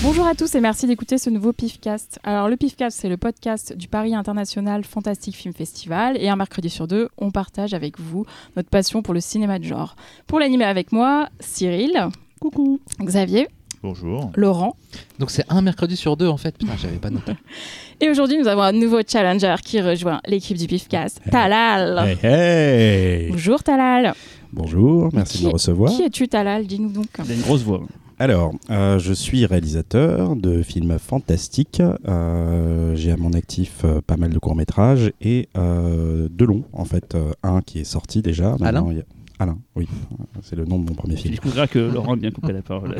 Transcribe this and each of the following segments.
Bonjour à tous et merci d'écouter ce nouveau PIFcast. Alors le PIFcast, c'est le podcast du Paris International Fantastic Film Festival et un mercredi sur deux, on partage avec vous notre passion pour le cinéma de genre. Pour l'animer avec moi, Cyril. Coucou. Xavier. Bonjour. Laurent. Donc c'est un mercredi sur deux en fait. Putain, j'avais pas noté. Et aujourd'hui, nous avons un nouveau challenger qui rejoint l'équipe du PIFcast, Talal. Hey. Bonjour Talal. Bonjour, merci de me recevoir. Qui es-tu Talal? Dis-nous donc. Il a une grosse voix. Alors, je suis réalisateur de films fantastiques. J'ai à mon actif pas mal de courts-métrages et deux longs, en fait. Un qui est sorti déjà. Alain Alain, oui. C'est le nom de mon premier Tu film. découvriras que Laurent a bien coupé la parole.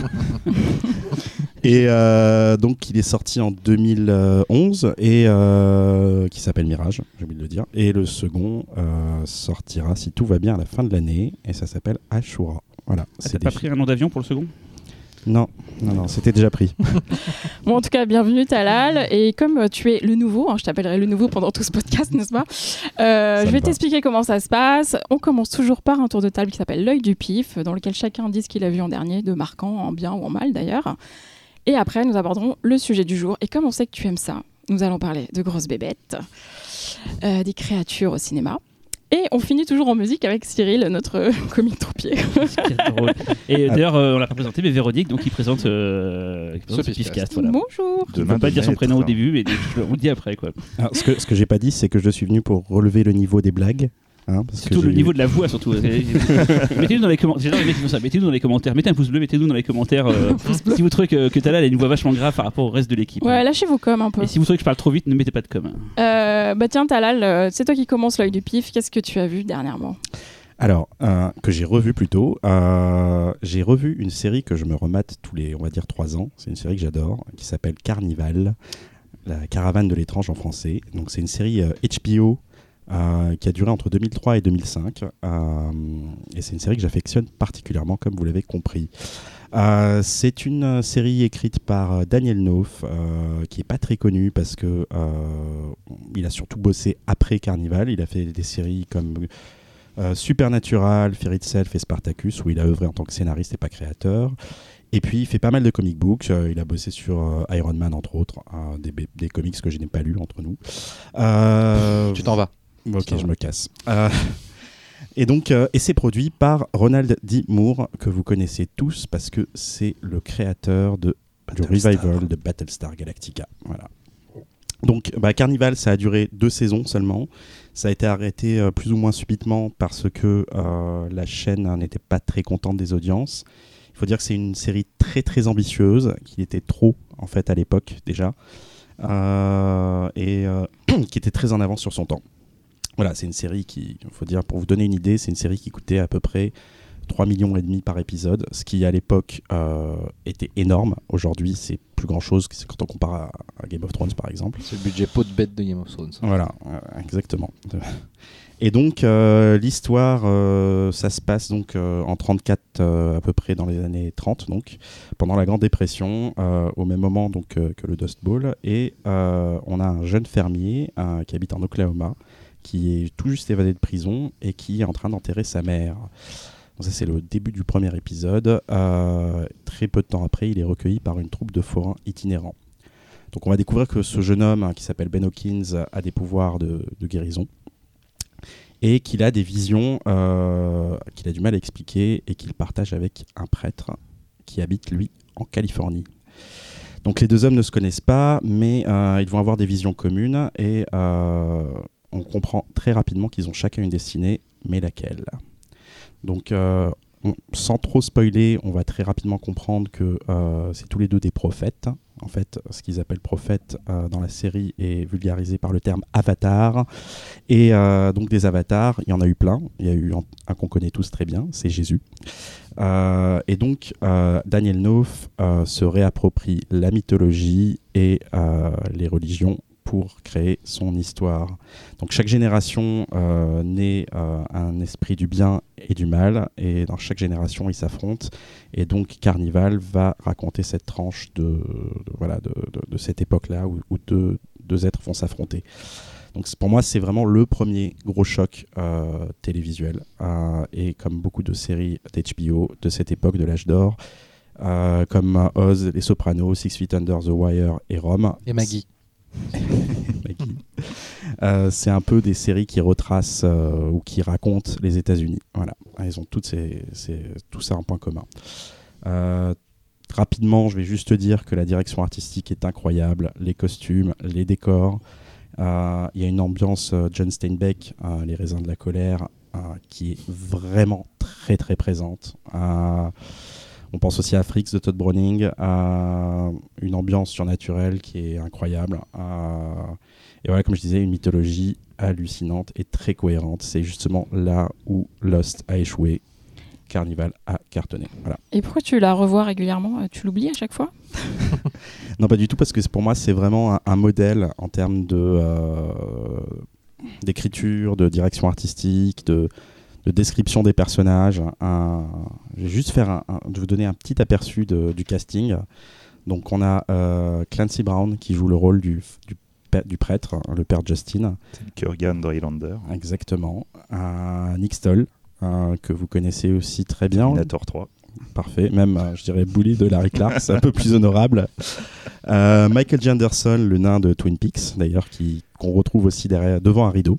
Et donc, il est sorti en 2011 et qui s'appelle Mirage, j'ai oublié de le dire. Et le second sortira, si tout va bien, à la fin de l'année. Et ça s'appelle Ashura. Voilà. T'as pas pris un nom d'avion pour le second ? Non, c'était déjà pris. Bon, en tout cas, bienvenue Talal. Et comme tu es le nouveau, je t'appellerai le nouveau pendant tout ce podcast, n'est-ce pas ? Je vais t'expliquer comment ça se passe. On commence toujours par un tour de table qui s'appelle l'œil du pif, dans lequel chacun dit ce qu'il a vu en dernier, de marquant, en bien ou en mal d'ailleurs. Et après, nous aborderons le sujet du jour. Et comme on sait que tu aimes ça, nous allons parler de grosses bébêtes, des créatures au cinéma. Et on finit toujours en musique avec Cyril, notre comique troupier. C'est drôle. Et d'ailleurs, on l'a pas présenté, mais Véronique, donc, qui présente ce PIFcast. Voilà. Bonjour. Je ne peux pas dire son prénom au début, mais on le dit après. Quoi. Alors, ce que j'ai pas dit, c'est que je suis venu pour relever le niveau des blagues. Surtout le niveau de la voix, surtout. Mettez-nous dans les commentaires. Mettez-nous dans les commentaires. Mettez un pouce bleu. Mettez-nous dans les commentaires si vous trouvez que Talal a une voix vachement grave par rapport au reste de l'équipe. Ouais, lâchez vos coms un peu. Et si vous trouvez que je parle trop vite, ne mettez pas de com. Bah tiens, Talal, c'est toi qui commence l'œil du pif. Qu'est-ce que tu as vu dernièrement ? Alors, que j'ai revu plutôt. J'ai revu une série que je me remate tous les, on va dire, 3 ans. C'est une série que j'adore, qui s'appelle Carnival, la caravane de l'étrange en français. Donc, c'est une série HBO. Qui a duré entre 2003 et 2005 et c'est une série que j'affectionne particulièrement, comme vous l'avez compris. C'est une série écrite par Daniel Knauf, qui n'est pas très connu parce que il a surtout bossé après Carnival. Il a fait des séries comme Supernatural, Fairy Tail et Spartacus, où il a œuvré en tant que scénariste et pas créateur. Et puis il fait pas mal de comic books, il a bossé sur Iron Man entre autres, des comics que je n'ai pas lus entre nous. Tu t'en vas. Ok, je me casse. Et donc, et c'est produit par Ronald D. Moore, que vous connaissez tous parce que c'est le créateur du revival de Battlestar Galactica. Voilà. Donc, Carnival, ça a duré 2 saisons seulement. Ça a été arrêté plus ou moins subitement parce que la chaîne n'était pas très contente des audiences. Il faut dire que c'est une série très très ambitieuse, qui était trop en fait à l'époque déjà, et qui était très en avance sur son temps. Voilà, c'est une série qui, il faut dire, pour vous donner une idée, c'est une série qui coûtait à peu près 3,5 millions par épisode, ce qui à l'époque était énorme. Aujourd'hui, c'est plus grand chose quand on compare à Game of Thrones par exemple. C'est le budget pot de bête de Game of Thrones. Voilà, exactement. Et donc l'histoire, ça se passe donc en 34 à peu près dans les années 30, donc pendant la Grande Dépression, au même moment donc que le Dust Bowl, et on a un jeune fermier qui habite en Oklahoma, qui est tout juste évadé de prison et qui est en train d'enterrer sa mère. Donc ça, c'est le début du premier épisode. Très peu de temps après, il est recueilli par une troupe de forains itinérants. Donc on va découvrir que ce jeune homme, qui s'appelle Ben Hawkins, a des pouvoirs de guérison et qu'il a des visions qu'il a du mal à expliquer et qu'il partage avec un prêtre qui habite, lui, en Californie. Donc les deux hommes ne se connaissent pas, mais ils vont avoir des visions communes et on comprend très rapidement qu'ils ont chacun une destinée, mais laquelle ? Donc, sans trop spoiler, on va très rapidement comprendre que c'est tous les deux des prophètes. En fait, ce qu'ils appellent prophètes dans la série est vulgarisé par le terme avatar. Et donc des avatars, il y en a eu plein. Il y a eu un qu'on connaît tous très bien, c'est Jésus. Et donc, Daniel Knauf se réapproprie la mythologie et les religions pour créer son histoire. Donc chaque génération naît un esprit du bien et du mal, et dans chaque génération ils s'affrontent, et donc Carnival va raconter cette tranche de cette époque-là où deux êtres vont s'affronter. Donc pour moi c'est vraiment le premier gros choc télévisuel, et comme beaucoup de séries d'HBO de cette époque de l'âge d'or, comme Oz, Les Sopranos, 6 Feet Under, The Wire et Rome. Et Maggie. C'est un peu des séries qui retracent ou qui racontent les États-Unis. Voilà, ils ont tout ça en point commun. Rapidement, je vais juste te dire que la direction artistique est incroyable, les costumes, les décors. Il y a une ambiance John Steinbeck, Les Raisins de la colère, qui est vraiment très très présente. On pense aussi à Freaks de Todd Browning, une ambiance surnaturelle qui est incroyable. Et voilà, comme je disais, une mythologie hallucinante et très cohérente. C'est justement là où Lost a échoué, Carnival a cartonné. Voilà. Et pourquoi tu la revois régulièrement ? Tu l'oublies à chaque fois ? Non, pas du tout, parce que pour moi, c'est vraiment un modèle en termes d'écriture, de direction artistique, de description des personnages. Je vais juste vous donner un petit aperçu du casting. Donc, on a Clancy Brown qui joue le rôle du prêtre, le père Justin. C'est Kurgan Drylander. Exactement. Nick Stoll, que vous connaissez aussi très bien. Terminator 3. Parfait. Même, je dirais, Bully de Larry Clark, c'est un peu plus honorable. Michael J. Anderson, le nain de Twin Peaks, d'ailleurs, qu'on retrouve aussi devant un rideau.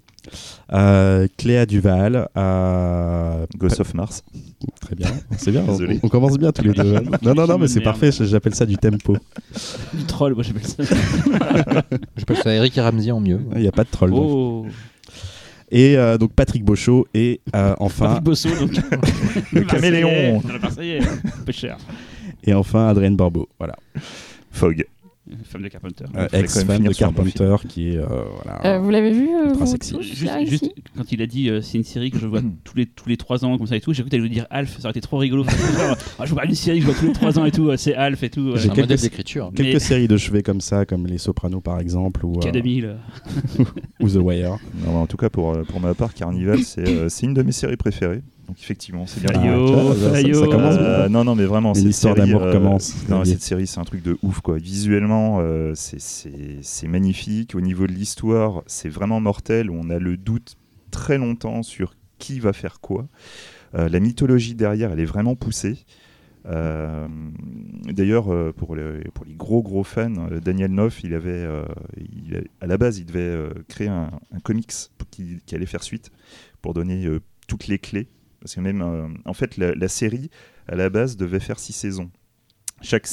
Cléa Duval. Ghost of Mars. Très bien, c'est bien. Désolé. On commence bien tous les deux. Non, mais c'est parfait, j'appelle ça du tempo. Du troll, moi j'appelle ça. J'appelle ça Eric et Ramsey en mieux. Il n'y a pas de troll. Oh. Et donc Patrick Beauchot et enfin Patrick Bosso, donc Le caméléon. Ça y est, peu cher. et enfin Adrienne Barbeau, voilà. Fog. Femme de Carpenter. Ex-femme de sur un bon Carpenter qui est voilà. Vous l'avez vu ultra vous sexy. tous, là, Juste ici quand il a dit c'est une série que je vois tous les 3 ans comme ça et tout, j'ai cru que t'allais nous dire Alf, ça aurait été trop rigolo. Je vois pas une série que je vois tous les 3 ans et tout, c'est Alf et tout. J'ai Un quelques- modèle d'écriture. Quelques séries de chevet comme ça, comme Les Sopranos par exemple, ou Academy là. ou The Wire. Non, en tout cas, pour ma part, Carnival, c'est une de mes séries préférées. Donc effectivement, c'est bien. Ça commence bien. Non, mais vraiment, Une cette histoire série, d'amour commence. Non, cette série, c'est un truc de ouf, quoi. Visuellement, c'est magnifique. Au niveau de l'histoire, c'est vraiment mortel. On a le doute très longtemps sur qui va faire quoi. La mythologie derrière, elle est vraiment poussée. D'ailleurs, pour les gros fans, Daniel Noff, à la base, il devait créer un comics qui allait faire suite pour donner toutes les clés. Parce que même, en fait, la série, à la base, devait faire 6 saisons. Chaque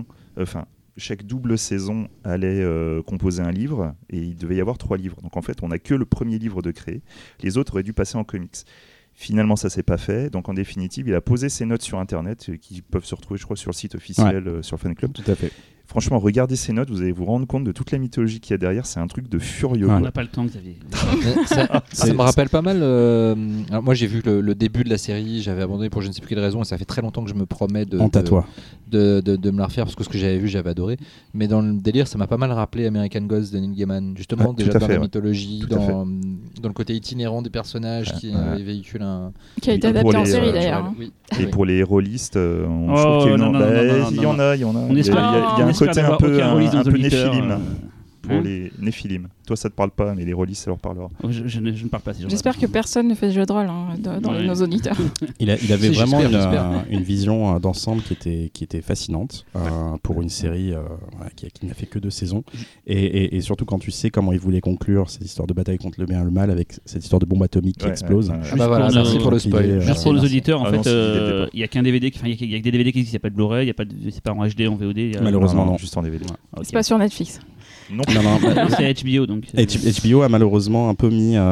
double saison allait composer un livre, et il devait y avoir 3 livres. Donc en fait, on n'a que le premier livre de créer. Les autres auraient dû passer en comics. Finalement, ça s'est pas fait. Donc en définitive, il a posé ses notes sur Internet, qui peuvent se retrouver, je crois, sur le site officiel, sur Fan Club. Tout à fait. Franchement, regardez ces notes, vous allez vous rendre compte de toute la mythologie qu'il y a derrière. C'est un truc de furieux. On quoi. n'a pas le temps, Xavier. Ça me rappelle pas mal. Alors moi, j'ai vu le début de la série, j'avais abandonné pour je ne sais plus quelle raison, et ça fait très longtemps que je me promets de me la refaire parce que ce que j'avais vu, j'avais adoré. Mais dans le délire, ça m'a pas mal rappelé American Gods de Neil Gaiman, justement, déjà dans la mythologie, dans le côté itinérant des personnages qui véhiculent un. Qui a été adapté en série d'ailleurs. Oui. Et pour les rôlistes, Oh, je trouve qu'il y a une... non, non, non, il y en a. Il y On a espère- un espère côté un n'avoir peu, aucun rôliste dans un The peu Auditeur, néphilim. Pour les néphilim. Toi, ça te parle pas, mais les rôlistes, ça leur parlera. Je ne parle pas ces gens-là. J'espère que personne ne fait ce jeu de rôle dans Ouais. nos auditeurs. Il avait Si, vraiment j'espère. une vision d'ensemble qui était fascinante pour une série qui n'a fait que 2 saisons. Et surtout quand tu sais comment il voulait conclure cette histoire de bataille contre le bien et le mal avec cette histoire de bombe atomique qui explose. Ah bah voilà, merci pour le spoil. Juste pour nos auditeurs, en Ah fait, non, c'est dès le départ. il y a qu'un DVD, il y a que des DVD qui existent, il n'y a pas de Blu-ray, c'est pas en HD, en VOD. Malheureusement, non. Juste en DVD. Ok. C'est pas sur Netflix. Non. Non, C'est HBO donc. HBO a malheureusement un peu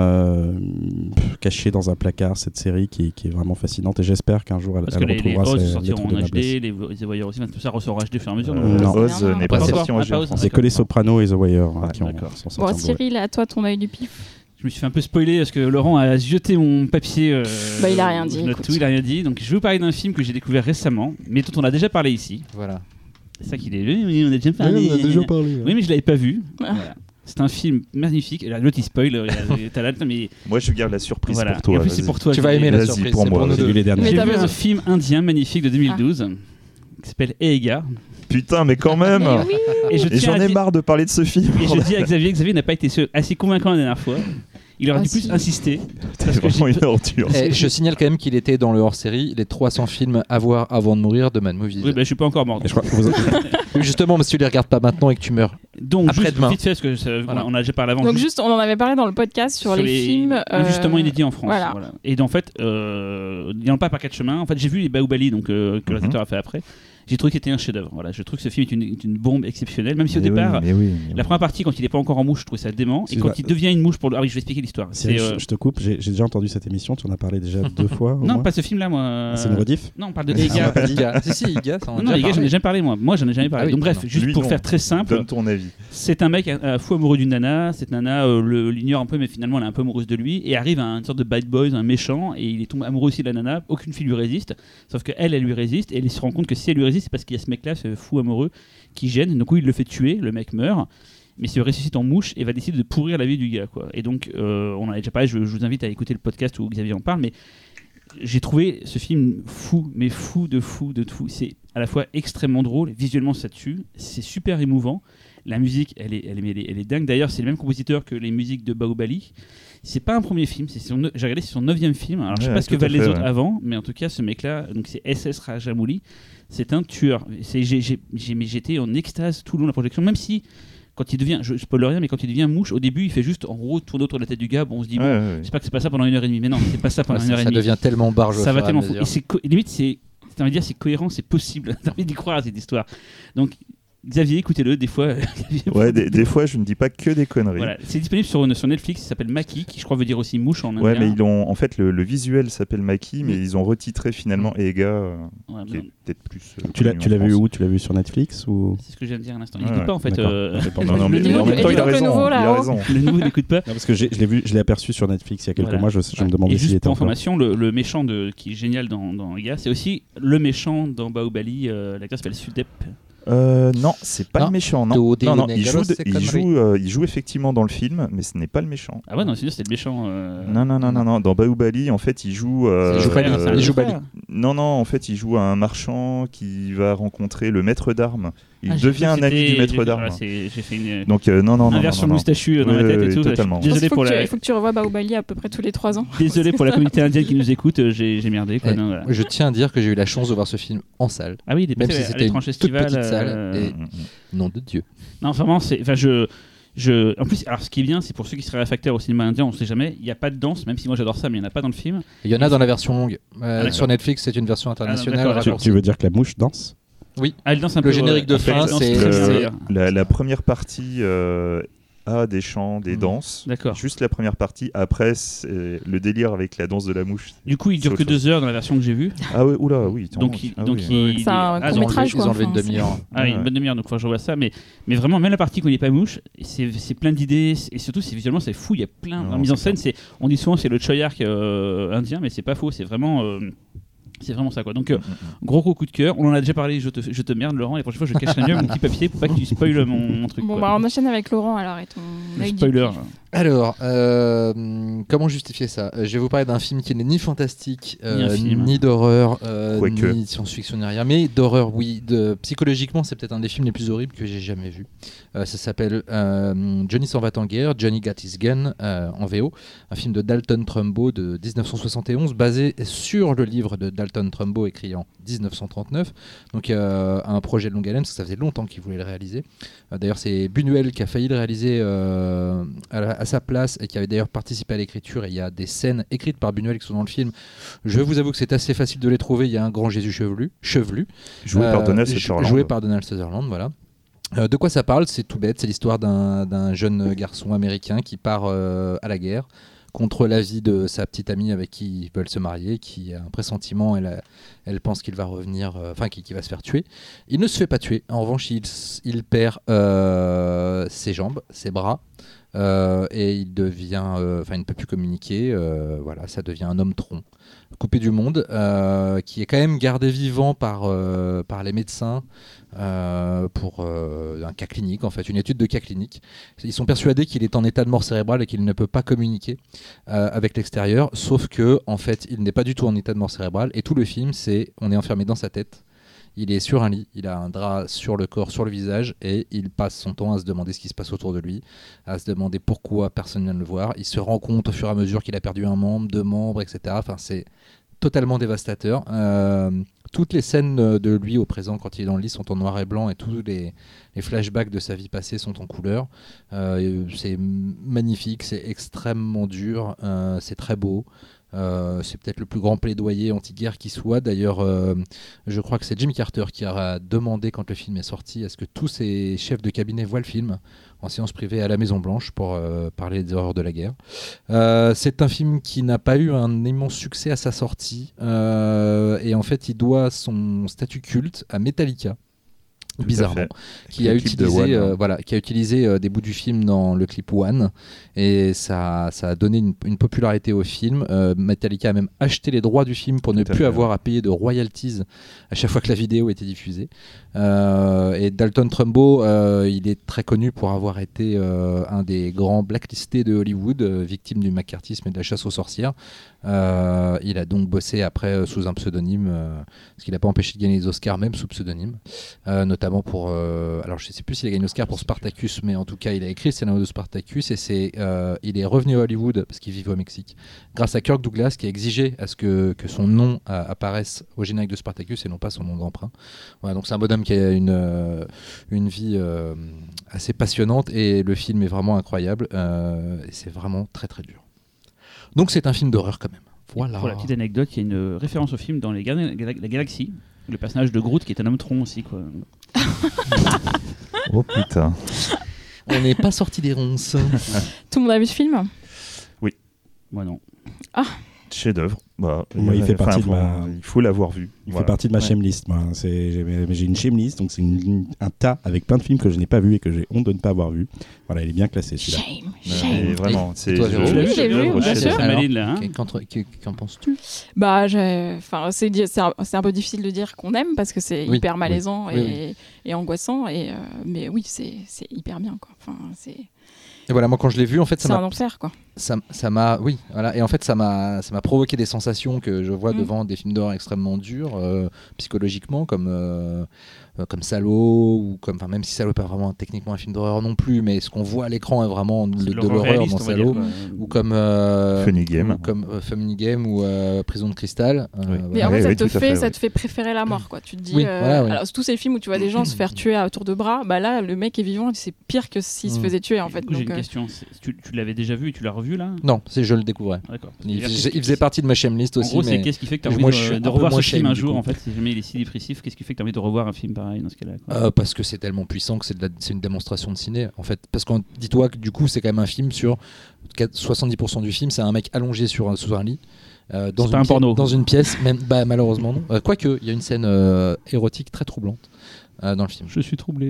caché dans un placard cette série qui est vraiment fascinante et j'espère qu'un jour Parce que elle les retrouvera Oz ses sortiront lettres en de noblesse. HD, les The Wire aussi, tout ça ressort en HD au fur et à mesure. Non. Oz Non, n'est pas pas encore. sorti en Ah, HD pas en Oz. France. C'est que les Sopranos et The Wire qui d'accord. sont sortis Bon, en Blu-ray. Cyril, à toi ton œil du pif. Je me suis fait un peu spoiler parce que Laurent a jeté mon papier. Bah, il a rien dit, je note écoute. tout, il a rien dit. Donc je vais vous parler d'un film que j'ai découvert récemment, mais dont on a déjà parlé ici. Voilà. C'est ça qu'il est. Oui, on a déjà parlé. parlé. Oui, mais je l'avais pas vu. Ah. Voilà. C'est un film magnifique. Et là, l'autre il spoil. T'as là, mais Moi, je garde la surprise voilà. pour toi. Et en plus, c'est vas-y. pour toi. Tu vas Xavier. aimer la Vas-y, surprise. pour c'est moi, pour nous J'ai deux. vu les derniers. Mais J'ai t'as vu besoin. un film indien magnifique de 2012 qui s'appelle Eega. Putain, mais quand même. Mais oui. Et Et j'en ai marre de parler de ce film. Et je dis à Xavier n'a pas été assez convaincant la dernière fois. Il aurait dû plus insister. C'est vraiment une ordure. Je signale quand même qu'il était dans le hors-série les 300 films à voir avant de mourir de Mad Movies. Oui, je suis pas encore mort. Je crois que vous... Justement, si tu les regardes pas maintenant et que tu meurs. Donc, après-demain. Vite fait, parce que on a déjà parlé avant. Donc, on en avait parlé dans le podcast sur les films. Justement inédits en France. Voilà. Et en fait, il n'y en a pas par quatre chemins. En fait, j'ai vu les Baobali, donc, que le réalisateur a fait après. J'ai trouvé que c'était un chef-d'œuvre. Voilà, je trouve que ce film est une bombe exceptionnelle, même si au départ, la première partie, quand il n'est pas encore en mouche, je trouve ça dément. Et quand il devient une mouche, ah oui, je vais expliquer l'histoire. Je te coupe, j'ai déjà entendu cette émission, tu en as parlé déjà 2 fois. Non, pas ce film-là, moi. C'est une rediff. Non, on parle de Iga. Si, Iga, ça en a non, Iga, j'en ai jamais parlé, moi. Moi, j'en ai jamais parlé. Ah oui, donc, bref, juste pour faire très simple. Donne ton avis. C'est un mec fou amoureux d'une nana. Cette nana l'ignore un peu, mais finalement, elle est un peu amoureuse de lui. Et arrive à une sorte de bad boy, un méchant. Et il est tombé amoureux aussi de la nana. Aucune fille lui résiste. Sauf qu'elle lui résiste. Et il se rend compte que si elle lui résiste, c'est parce qu'il y a ce mec-là, ce fou amoureux, qui gêne. Donc, il le fait tuer. Le mec meurt. Mais se ressuscite en mouche et va décider de pourrir la vie du gars, quoi. Et donc, on en a déjà parlé. Je vous invite à écouter le podcast où Xavier en parle. Mais j'ai trouvé ce film fou, mais fou de tout. C'est à la fois extrêmement drôle, visuellement ça tue, c'est super émouvant. La musique, elle est dingue. D'ailleurs, c'est le même compositeur que les musiques de Baobali. C'est pas un premier film, j'ai regardé, c'est son 9e film. Alors, je sais pas ce que valent les autres avant, mais en tout cas, ce mec-là, donc c'est S.S. Rajamouli, c'est un tueur. J'étais en extase tout le long de la projection, même si. Quand il devient, je spoil rien, mais quand il devient mouche, au début, il fait juste en gros tourner autour de la tête du gars. Bon, on se dit, j'espère que c'est pas ça pendant 1h30. Mais non, c'est pas ça pendant 1h30. Ça devient tellement barge. Ça va tellement fou. Et limite, c'est cohérent, c'est possible. T'as envie d'y croire à cette histoire. Donc, Xavier, écoutez-le, des fois. Des fois, je ne dis pas que des conneries. Voilà. C'est disponible sur Netflix, ça s'appelle Maki, qui je crois veut dire aussi mouche en indien. Ouais, mais en fait, le visuel s'appelle Maki, mais ils ont retitré finalement Ega, qui est peut-être plus. Tu l'as vu où ? Tu l'as vu sur Netflix ou... C'est ce que je viens de dire à l'instant. Il n'écoute pas en fait. Non, mais en même temps, il a raison. Le nouveau n'écoute pas. Non, parce que je l'ai aperçu sur Netflix il y a quelques mois, je me demandais s'il était. Et juste était pour information, le méchant qui est génial dans Ega, c'est aussi le méchant dans Baobali, l'acteur s'appelle Sudep. Non, c'est pas le méchant. Non, il joue effectivement dans le film, mais ce n'est pas le méchant. Ah ouais, non, c'est le méchant. Non. Dans Baobali, en fait, il joue. Il joue Bali. Non, en fait, il joue un marchand qui va rencontrer le maître d'armes. Il devient un ami du maître d'armes. J'ai fait une. Donc non. Inversion moustachu dans la tête et tout. Totalement. Désolé il faut que tu revoies Baobali à peu près tous les 3 ans. Désolé pour la communauté indienne qui nous écoute, j'ai merdé. Je tiens à dire que j'ai eu la chance de voir ce film en salle. Ah oui, même si c'était une toute petite salle. Et nom de Dieu. Non, vraiment, c'est. Enfin, en plus, alors ce qui est bien, c'est pour ceux qui seraient réfractaires au cinéma indien, on ne sait jamais, il n'y a pas de danse, même si moi j'adore ça, mais il n'y en a pas dans le film. Il y en a dans la version longue. Sur Netflix, c'est une version internationale. Tu veux dire que la mouche danse ? Oui. Elle danse un peu. Le générique de fin, c'est. La première partie a des chants, des danses. D'accord. Juste la première partie. Après, c'est le délire avec la danse de la mouche. Du coup, il dure que 2 heures dans la version que j'ai vue. Ah ouais, oula, oui. Donc, c'est un court-métrage, quoi. Ils ont enlevé une demi-heure. Ah, une bonne demi-heure, donc faut que je revoie ça. Mais vraiment, même la partie où il n'est pas mouche, c'est plein d'idées. Et surtout, visuellement, c'est fou. Il y a plein de mise en scène. On dit souvent c'est le Choyark indien, mais c'est pas faux. C'est vraiment ça, quoi. Donc gros coup de cœur. On en a déjà parlé. Je te merde, Laurent. Et la prochaine fois, je cacherai mieux mon petit papier pour pas que tu spoiles mon truc. Bon, on enchaîne avec Laurent alors et ton spoiler. Alors, comment justifier ça ? Je vais vous parler d'un film qui n'est ni fantastique, ni d'horreur, ni de science-fiction, ni rien, mais d'horreur, oui. Psychologiquement, c'est peut-être un des films les plus horribles que j'ai jamais vu. Ça s'appelle Johnny s'en va en guerre, Johnny Got His Gun en VO, un film de Dalton Trumbo de 1971, basé sur le livre de Dalton Trumbo écrit en 1939. Donc un projet de longue haleine, parce que ça faisait longtemps qu'il voulait le réaliser. D'ailleurs, c'est Buñuel qui a failli le réaliser à sa place et qui avait d'ailleurs participé à l'écriture, et il y a des scènes écrites par Buñuel qui sont dans le film. Je vous avoue que c'est assez facile de les trouver. Il y a un grand Jésus chevelu joué par Donald Sutherland. Joué par Donald Sutherland, voilà. De quoi ça parle ? C'est tout bête, c'est l'histoire d'un jeune garçon américain qui part à la guerre contre l'avis de sa petite amie avec qui ils veulent se marier, qui a un pressentiment, elle pense qu'il va revenir, qu'il va se faire tuer. Il ne se fait pas tuer, en revanche il perd ses jambes, ses bras, et il devient, il ne peut plus communiquer, voilà, ça devient un homme tronc, coupé du monde, qui est quand même gardé vivant par les médecins pour un cas clinique, en fait, une étude de cas clinique. Ils sont persuadés qu'il est en état de mort cérébrale et qu'il ne peut pas communiquer avec l'extérieur, sauf que en fait, il n'est pas du tout en état de mort cérébrale, et tout le film, on est enfermé dans sa tête. Il est sur un lit, il a un drap sur le corps, sur le visage, et il passe son temps à se demander ce qui se passe autour de lui, à se demander pourquoi personne ne vient le voir. Il se rend compte au fur et à mesure qu'il a perdu un membre, 2 membres, etc. Enfin, c'est totalement dévastateur. Toutes les scènes de lui au présent quand il est dans le lit sont en noir et blanc, et tous les flashbacks de sa vie passée sont en couleur. C'est magnifique, c'est extrêmement dur, c'est très beau. C'est peut-être le plus grand plaidoyer anti-guerre qui soit. D'ailleurs, je crois que c'est Jimmy Carter qui a demandé, quand le film est sorti, à ce que tous ses chefs de cabinet voient le film en séance privée à la Maison Blanche pour parler des horreurs de la guerre. C'est un film qui n'a pas eu un immense succès à sa sortie, et en fait il doit son statut culte à Metallica. Bizarrement, qui a utilisé des bouts du film dans le clip One, et ça a donné une popularité au film. Metallica a même acheté les droits du film pour ne plus avoir à payer de royalties à chaque fois que la vidéo était diffusée. Et Dalton Trumbo, il est très connu pour avoir été un des grands blacklistés de Hollywood, victime du macartisme et de la chasse aux sorcières. Il a donc bossé après sous un pseudonyme, ce qui n'a pas empêché de gagner les Oscars même sous pseudonyme, notamment pour alors je ne sais plus s'il a gagné l'Oscar pour Spartacus, mais en tout cas il a écrit le scénario de Spartacus, et il est revenu à Hollywood parce qu'il vivait au Mexique grâce à Kirk Douglas, qui a exigé à ce que son nom apparaisse au générique de Spartacus et non pas son nom d'emprunt. Voilà, donc c'est un bonhomme qui a une vie assez passionnante, et le film est vraiment incroyable, et c'est vraiment très très dur. Donc c'est un film d'horreur quand même. Voilà. Pour la petite anecdote, il y a une référence au film dans les Gardiens de la Galaxie. Le personnage de Groot qui est un homme tronc aussi, quoi. Oh putain. On n'est pas sorti des ronces. Tout le monde a vu ce film ? Oui. Moi non. Ah. Chef-d'œuvre. Bah, il fait partie de il faut l'avoir vu. Il fait partie de ma shamelist. Moi. J'ai une shamelist, donc c'est un tas avec plein de films que je n'ai pas vus et que j'ai honte de ne pas avoir vus. Voilà, il est bien classé celui-là. Shame. Vraiment, c'est. Toi, Véro ? Oui, j'ai vu, bien sûr. Qu'en penses-tu ? Bah, c'est un peu difficile de dire qu'on aime parce que c'est hyper malaisant et angoissant, mais oui, c'est hyper bien, quoi. Enfin, c'est. Et voilà, moi quand je l'ai vu, en fait, c'est un enfer, quoi. Ça m'a, oui, voilà, et en fait ça m'a provoqué des sensations que je vois devant des films d'horreur extrêmement durs, psychologiquement, comme Salo, ou comme, enfin, même si Salo n'est pas vraiment techniquement un film d'horreur non plus, mais ce qu'on voit à l'écran est vraiment de l'horreur dans Salo, ou comme Funny Game, Funny Game ou Prison de Cristal. Mais en fait, ça te fait préférer la mort, quoi. Tu te dis, alors tous ces films où tu vois des gens se faire tuer à tour de bras, bah là le mec est vivant, c'est pire que s'il se faisait tuer, en fait. J'ai une question, tu l'avais déjà vu et tu l'as revu là ? Non, je le découvrais. D'accord. Il faisait partie de ma shamelist aussi. En gros, qu'est-ce qui fait que tu as envie de revoir ce film un jour, en fait, si jamais il est si dépressif, qu'est-ce qui fait que tu as envie de revoir un film pareil dans ce cas-là ? Parce que c'est tellement puissant que c'est une démonstration de ciné, en fait. Parce que dis-toi que du coup, c'est quand même un film sur 70% du film, c'est un mec allongé sous un lit. Dans une pièce, même, malheureusement non. Quoique, il y a une scène érotique très troublante dans le film. Je suis troublé.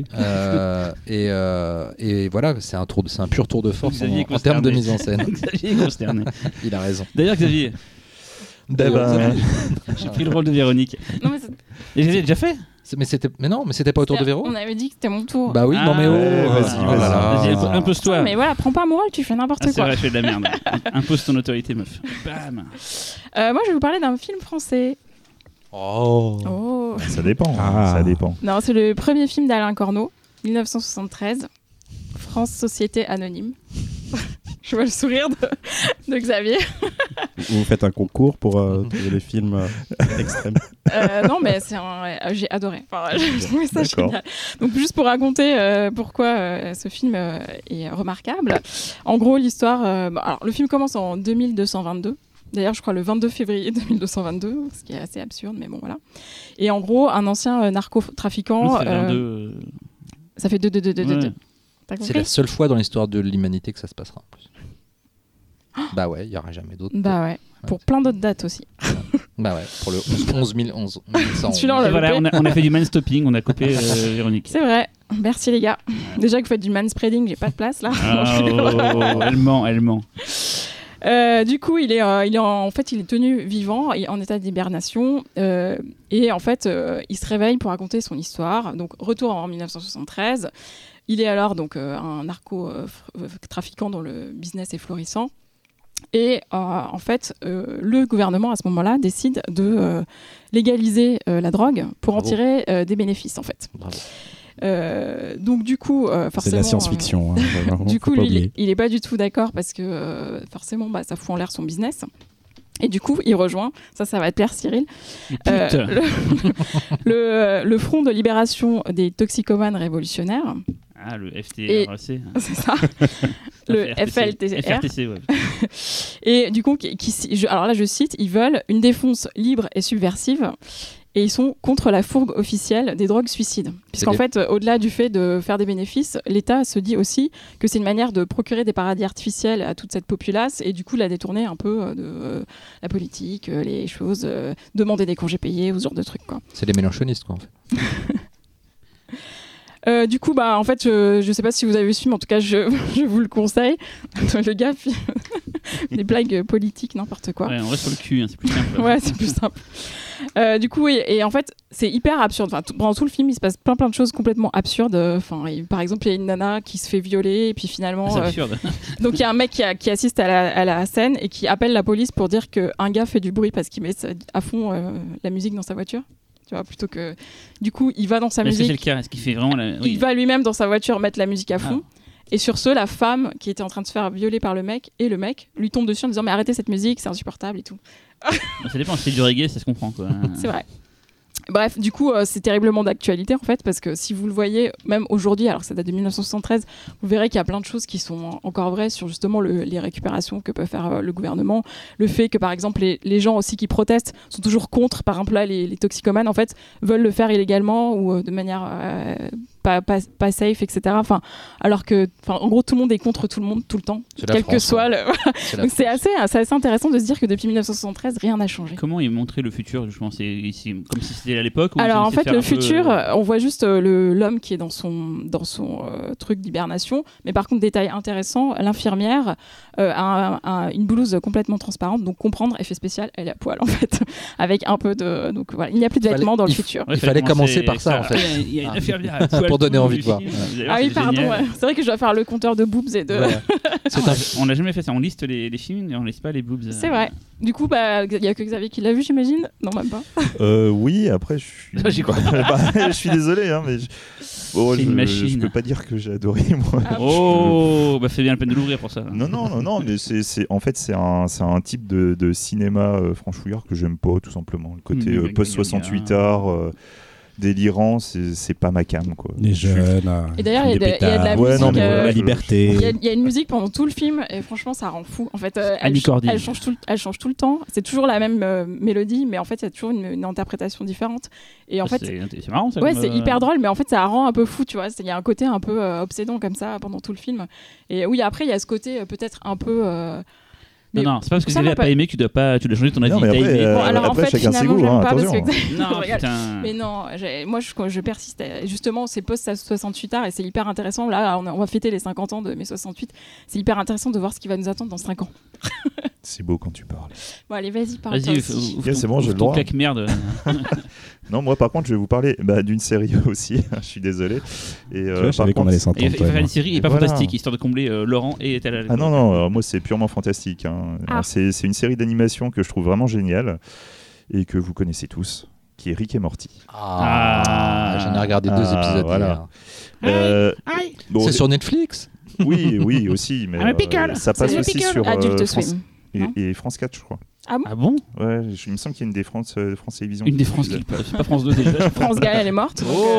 Et voilà, c'est un pur tour de force en termes de mise en scène. Xavier est consterné. Il a raison. D'ailleurs, Xavier, j'ai pris le rôle de Véronique. Non, mais et j'ai déjà fait. Mais c'était pas au tour de Véro. On avait dit que c'était mon tour. Bah oui, non mais vas-y, impose-toi. Mais voilà, prends pas moral, tu fais n'importe quoi. C'est vrai, je fais de la merde. Impose ton autorité, meuf. Bam. Moi, je vais vous parler d'un film français. Oh. Ça dépend. Ça dépend. Non, c'est le premier film d'Alain Corneau, 1973. France Société Anonyme. Je vois le sourire de Xavier. Vous faites un concours pour trouver les films extrêmes. Non, mais j'ai adoré. Enfin, j'ai trouvé ça génial. Donc, juste pour raconter pourquoi ce film est remarquable. En gros, l'histoire... alors, le film commence en 2222. D'ailleurs, je crois le 22 février 2222, ce qui est assez absurde, mais bon, voilà. Et en gros, un ancien narcotrafiquant... Ça fait 2. C'est la seule fois dans l'histoire de l'humanité que ça se passera en plus. Bah ouais, il n'y aura jamais d'autres. Bah ouais, pour plein d'autres dates aussi. Bah ouais, pour le 11 1100. Celui-là, on a fait du man-stopping, on a coupé Véronique. C'est vrai, merci les gars. Déjà que vous faites du man-spreading, j'ai pas de place là. Elle ment. Du coup, il est tenu vivant, en état d'hibernation, et en fait, il se réveille pour raconter son histoire. Donc, retour en 1973. Il est alors donc un narco-trafiquant dont le business est florissant. Et en fait, le gouvernement, à ce moment-là, décide de légaliser la drogue pour en tirer des bénéfices, en fait. Donc du coup, forcément, c'est de la science-fiction. Du coup, lui, il n'est pas du tout d'accord parce que forcément, ça fout en l'air son business. Et du coup, il rejoint, ça va te plaire Cyril, le Front de libération des toxicomanes révolutionnaires. Ah, le FTRC. C'est ça. Le FLTR. Ouais. Et du coup, alors là, je cite, ils veulent une défense libre et subversive. Et ils sont contre la fourgue officielle des drogues suicides. Puisqu'en fait, au-delà du fait de faire des bénéfices, l'État se dit aussi que c'est une manière de procurer des paradis artificiels à toute cette populace et du coup la détourner un peu de la politique, les choses, demander des congés payés ou ce genre de trucs, quoi. C'est des mélanchonistes, quoi, en fait. Du coup, en fait, je sais pas si vous avez vu, mais en tout cas, je vous le conseille. Le gars fait des blagues politiques, n'importe quoi. Ouais, on reste sur le cul, c'est plus simple. Ouais, c'est plus simple. Du coup, et en fait, c'est hyper absurde. Pendant tout le film, il se passe plein de choses complètement absurdes. Par exemple, il y a une nana qui se fait violer, et puis finalement... C'est absurde. Donc, il y a un mec qui assiste à la scène et qui appelle la police pour dire qu'un gars fait du bruit parce qu'il met à fond la musique dans sa voiture. Tu vois, plutôt que du coup il va dans sa musique. C'est le cas. Est-ce qu'il fait vraiment il va lui-même dans sa voiture mettre la musique à fond. Et sur ce, la femme qui était en train de se faire violer par le mec et le mec lui tombe dessus en disant mais arrêtez cette musique, c'est insupportable et tout. Ça dépend, si c'est du reggae, ça se comprend, quoi. C'est vrai. Bref, du coup, c'est terriblement d'actualité en fait, parce que si vous le voyez, même aujourd'hui, alors que ça date de 1973, vous verrez qu'il y a plein de choses qui sont encore vraies sur justement les récupérations que peut faire le gouvernement. Le fait que par exemple, les gens aussi qui protestent sont toujours contre, par exemple là, les toxicomanes en fait, veulent le faire illégalement ou de manière pas safe, etc. Enfin, alors que, en gros, tout le monde est contre tout le monde tout le temps, quel que soit le... Donc c'est assez intéressant de se dire que depuis 1973, rien n'a changé. Comment ils montraient le futur, justement, comme si c'était à l'époque. Alors en fait, le futur, on voit juste l'homme qui est dans son truc d'hibernation, mais par contre, détail intéressant, l'infirmière a une blouse complètement transparente, donc comprendre, effet spécial, elle est à poil en fait, avec un peu de... Donc voilà, il n'y a plus de vêtements dans le futur. Il fallait commencer par ça en fait. Il y a une infirmière à poil pour donner envie de voir. Ah oui, pardon, c'est vrai que je dois faire le compteur de boobs et de... On n'a jamais fait ça, on liste les films et on liste pas les boobs. C'est vrai. Du coup, il y a que Xavier qui l'a vu, j'imagine. Non, même pas. Oui, après, je suis désolé, hein, mais je peux pas dire que j'ai adoré, moi. C'est bien la peine de l'ouvrir pour ça. Non, mais en fait, c'est un type de cinéma franchouillard que j'aime pas, tout simplement. Le côté post-68 art... délirant, c'est pas ma cam, quoi. Les jeunes, et d'ailleurs il y a de la musique, la liberté. Il y a une musique pendant tout le film et franchement ça rend fou. En fait, elle change tout le temps. C'est toujours la même mélodie, mais en fait il y a toujours une interprétation différente. Et en fait, c'est marrant. Ça, c'est hyper drôle, mais en fait ça rend un peu fou, tu vois. Il y a un côté un peu obsédant comme ça pendant tout le film. Et oui, après il y a ce côté peut-être un peu non, c'est pas parce que Xavier n'a pas aimé que tu dois changer ton avis. Non, mais alors en fait, finalement, j'aime pas parce que non, mais non, moi je persiste. Justement, c'est post-68 art et c'est hyper intéressant. Là, on va fêter les 50 ans de mai 68. C'est hyper intéressant de voir ce qui va nous attendre dans 5 ans. C'est beau quand tu parles. Bon, allez, vas-y, parle. Vas-y, c'est bon, j'ai le droit. Claque merde. Non, moi par contre, je vais vous parler d'une série aussi. Je suis désolé. Et je savais qu'on allait s'entendre. Il va faire une série et pas fantastique, histoire de combler Laurent et Talal. Ah non, moi c'est purement fantastique. C'est une série d'animation que je trouve vraiment géniale et que vous connaissez tous, qui est Rick et Morty. J'en ai regardé 2 épisodes. Voilà. C'est sur Netflix. Oui, aussi, mais ça passe aussi sur Adult France Swim et France 4, je crois. Ah bon Ouais, il me semble qu'il y a une des France Télévisions. Une des France qui passe, c'est pas France 2 déjà. France Gall, elle est morte.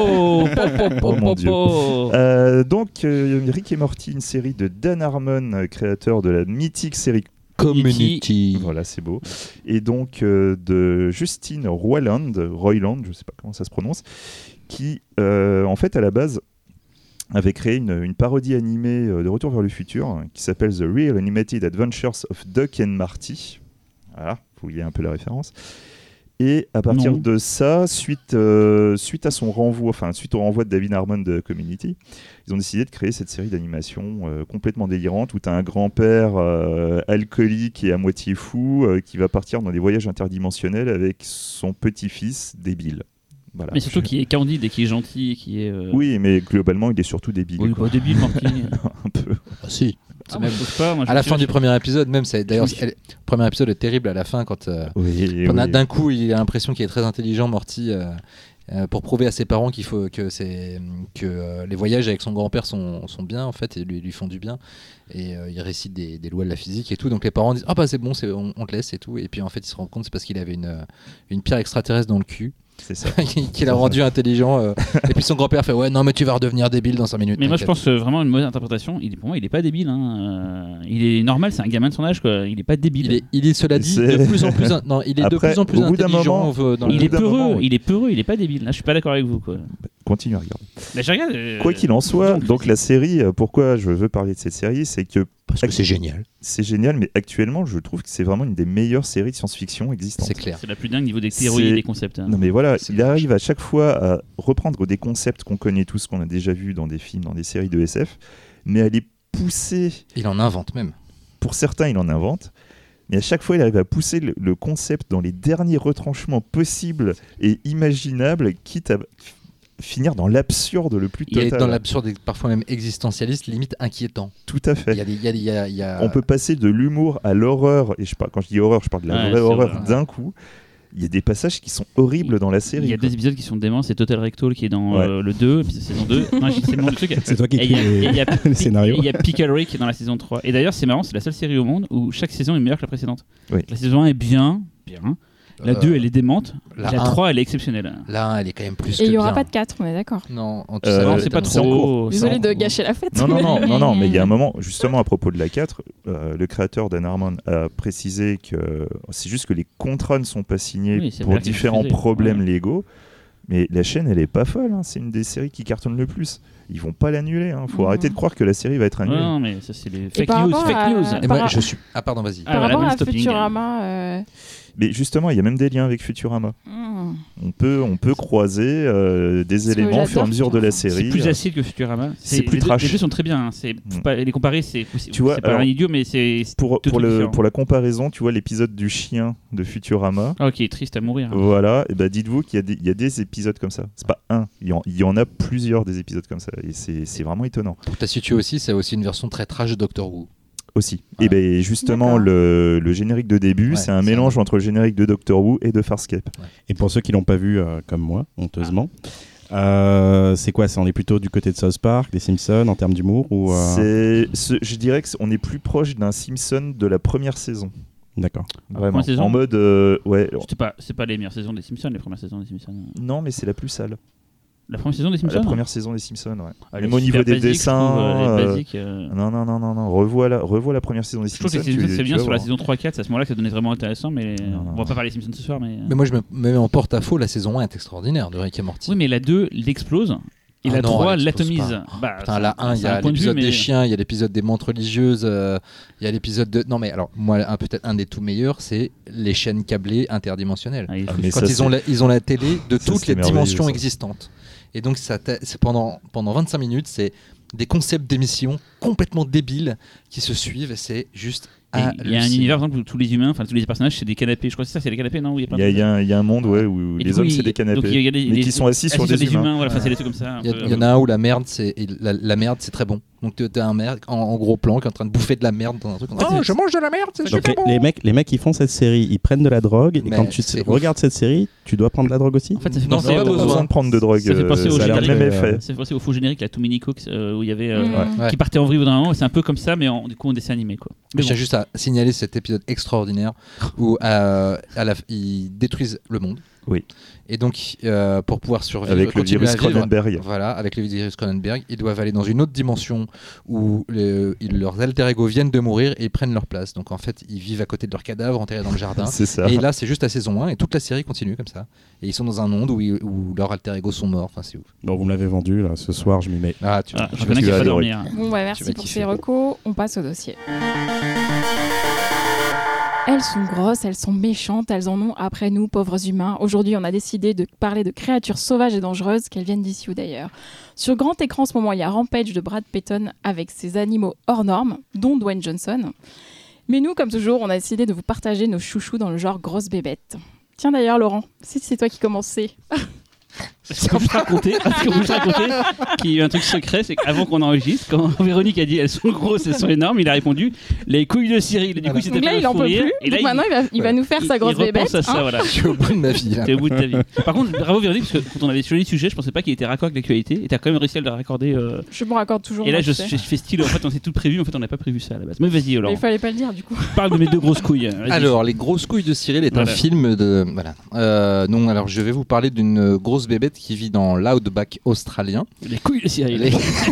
Mon Dieu. Donc, Rick et Morty, une série de Dan Harmon, créateur de la mythique série Community. Voilà, c'est beau. Et donc de Justine Roiland, je sais pas comment ça se prononce, qui en fait à la base avait créé une parodie animée de Retour vers le futur qui s'appelle The Real Animated Adventures of Duck and Marty. Voilà, vous voyez un peu la référence. Et à partir de ça, suite à son renvoi, suite au renvoi de David Harmon de Community, ils ont décidé de créer cette série d'animation complètement délirante où tu as un grand-père alcoolique et à moitié fou qui va partir dans des voyages interdimensionnels avec son petit-fils débile. Voilà. Mais surtout qui est candide et qui est gentil et qui est... Oui, mais globalement, il est surtout débile. Oui, débile, Marty. Un peu. Ah si. À la fin du premier épisode, même, d'ailleurs, le premier épisode est terrible à la fin quand d'un coup il a l'impression qu'il est très intelligent, Morty. Pour prouver à ses parents qu'il faut que les voyages avec son grand-père sont bien en fait et lui font du bien, et il récite des lois de la physique et tout, donc les parents disent c'est bon, on te laisse et tout, et puis en fait il se rend compte c'est parce qu'il avait une pierre extraterrestre dans le cul. C'est ça. qui l'a rendu intelligent. Et puis son grand-père fait non mais tu vas redevenir débile dans 5 minutes. Mais moi je pense vraiment une mauvaise interprétation. Pour moi il est pas débile. Il est normal, c'est un gamin de son âge quoi. Il est pas débile. Il est cela dit de plus en plus. Non, il est de plus en plus intelligent. Il est peureux. Il est pas débile. Là je suis pas d'accord avec vous quoi. Continue à regarder. Mais je regarde. Quoi qu'il en soit, donc la série. Pourquoi je veux parler de cette série, c'est que parce que c'est génial. C'est génial, mais actuellement, je trouve que c'est vraiment une des meilleures séries de science-fiction existantes. C'est clair. C'est la plus dingue niveau des théories et des concepts. Non, mais voilà, il arrive à chaque fois à reprendre des concepts qu'on connaît tous, qu'on a déjà vus dans des films, dans des séries de SF, mais à les pousser. Il en invente même. Pour certains, il en invente. Mais à chaque fois, il arrive à pousser le concept dans les derniers retranchements possibles et imaginables, quitte à finir dans l'absurde le plus total. Il est dans l'absurde et parfois même existentialiste, limite inquiétant. Tout à fait. Il y a... On peut passer de l'humour à l'horreur, et quand je dis horreur, je parle de la vraie horreur d'un coup. Il y a des passages qui sont horribles dans la série. Il y a des épisodes qui sont déments, c'est Total Rectal qui est dans le 2, puis c'est saison 2. Non, c'est le nom du truc. C'est toi qui écris les scénarios. Et il y a Pickle Rick qui est dans la saison 3. Et d'ailleurs, c'est marrant, c'est la seule série au monde où chaque saison est meilleure que la précédente. Oui. La saison 1 est bien. La 2, elle est démente. La 3, elle est exceptionnelle. La 1, elle est quand même plus que bien. Et il n'y aura pas de 4, on est d'accord. Non, c'est pas trop. Désolé de gâcher la fête. Non, mais il y a un moment, justement à propos de la 4, le créateur Dan Harmon a précisé que c'est juste que les contrats ne sont pas signés pour différents problèmes légaux. Mais la chaîne, elle est pas folle. C'est une des séries qui cartonne le plus. Ils vont pas l'annuler. Faut arrêter de croire que la série va être annulée. Non, mais ça, c'est les fake news. Et moi, je suis. Ah, pardon, vas-y. Par rapport à Futurama. Mais justement, il y a même des liens avec Futurama. On peut croiser des éléments au fur et à mesure de la série. C'est plus acide que Futurama. C'est plus trash. Les deux sont très bien. Les comparer, c'est pas un idiot, mais c'est pour la comparaison, tu vois l'épisode du chien de Futurama. Ok, triste à mourir. Voilà. Et dites-vous qu'il y a des épisodes comme ça. C'est pas un. Il y en a plusieurs des épisodes comme ça. Et c'est vraiment étonnant. Pour ta situer aussi, c'est aussi une version très trash de Doctor Who. Aussi. Ouais. Et justement, le générique de début, c'est un mélange entre le générique de Doctor Who et de Farscape. Ouais. Et pour ceux qui l'ont pas vu, comme moi, honteusement, c'est quoi? On est plutôt du côté de South Park, des Simpsons en termes d'humour ou je dirais qu'on est plus proche d'un Simpson de la première saison. D'accord. Vraiment. En mode, C'est pas les meilleures saisons des Simpsons, les premières saisons des Simpsons. Non, mais c'est la plus sale. La première saison des Simpsons. La première saison des Simpsons, ouais. Même au niveau des dessins. Non. Revois la première saison des Simpsons. Je trouve que c'est bien sur la saison 3-4, c'est à ce moment-là que ça devenait vraiment intéressant, mais on va pas parler des Simpsons ce soir. Mais moi, je me mets en porte-à-faux, la saison 1 est extraordinaire de Rick et Morty. Oui, mais la 2 l'explose. Et la 3 l'atomise. La 1, il y a l'épisode des chiens, il y a l'épisode des montres religieuses, il y a l'épisode de... Non mais alors, moi, peut-être un des tout meilleurs, c'est les chaînes câblées interdimensionnelles. Quand ils ont la télé de toutes les dimensions existantes. Et donc, c'est pendant 25 minutes, c'est des concepts d'émissions complètement débiles qui se suivent. Et c'est juste... Il y a un univers, par exemple, où tous les humains, enfin tous les personnages, c'est des canapés. Je crois que c'est ça, c'est des canapés, non? Il y a un monde où les hommes, c'est des canapés. Mais qui sont assis sur des humains. Voilà, c'est des trucs comme ça. Il y en a un où la merde, c'est très bon. Donc tu as un mec en gros plan qui est en train de bouffer de la merde dans un truc. Oh, je mange de la merde, c'est super bon. Les mecs qui font cette série, ils prennent de la drogue. Et quand tu regardes cette série, tu dois prendre de la drogue aussi. En fait, ça fait penser pas besoin de prendre de drogue. Ça fait penser au même effet. Ça fait penser au faux générique, la Too Many Cooks, où il y avait qui partait en vrille au d'un moment. C'est un peu comme ça, mais du coup en dessin animé, quoi. Mais j'ai juste à signaler cet épisode extraordinaire où ils détruisent le monde. Oui. Et donc, pour pouvoir survivre, avec le virus Cronenberg. Voilà, avec le virus Cronenberg, ils doivent aller dans une autre dimension où leurs alter ego viennent de mourir et ils prennent leur place. Donc en fait, ils vivent à côté de leurs cadavres enterrés dans le jardin. C'est ça. Et là, c'est juste la saison 1 et toute la série continue comme ça. Et ils sont dans un monde où leurs alter ego sont morts. Enfin, c'est ouf. Bon, vous me l'avez vendu là. Ce soir, je m'y mets. Je connais qu'il faut dormir. Bon, merci pour ces recos. On passe au dossier. Elles sont grosses, elles sont méchantes, elles en ont après nous, pauvres humains. Aujourd'hui, on a décidé de parler de créatures sauvages et dangereuses, qu'elles viennent d'ici ou d'ailleurs. Sur grand écran, en ce moment, il y a Rampage de Brad Peyton avec ses animaux hors normes, dont Dwayne Johnson. Mais nous, comme toujours, on a décidé de vous partager nos chouchous dans le genre grosse bébête. Tiens d'ailleurs, Laurent, c'est toi qui commençais. Parce qu'on peut juste raconter qu'il y a eu un truc secret, c'est qu'avant qu'on enregistre, quand Véronique a dit elles sont grosses, elles sont énormes, il a répondu les couilles de Cyril. Et du coup, donc là, il en peut plus. Et donc maintenant, il va nous faire sa grosse bébête. Voilà. Je suis au bout de ma vie. T'es au bout de ta vie. Par contre, bravo Véronique, parce que quand on avait choisi le sujet, je pensais pas qu'il était raccord avec l'actualité. Et t'as quand même réussi à le raccorder. Je me raccorde toujours. Et là, je fais style. En fait, on s'est tout prévu. En fait, on n'a pas prévu ça à la base. Mais vas-y, alors. Il fallait pas le dire, du coup. Parle de mes deux grosses couilles. Alors, Les grosses couilles de Cyril est un film de. Voilà. Non, alors je vais vous parler d'une grosse bébête qui vit dans l'outback australien. Les couilles de Cyril.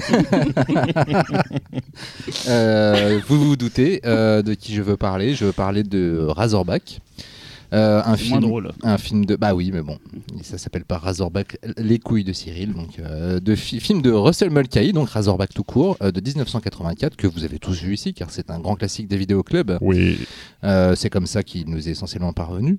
Vous vous doutez de qui je veux parler. Je veux parler de Razorback. Un film de oui, mais bon, ça s'appelle pas Razorback, les couilles de Cyril, donc film de Russell Mulcahy, donc Razorback tout court, de 1984, que vous avez tous vu ici car c'est un grand classique des vidéoclubs. Oui. C'est comme ça qu'il nous est essentiellement parvenu.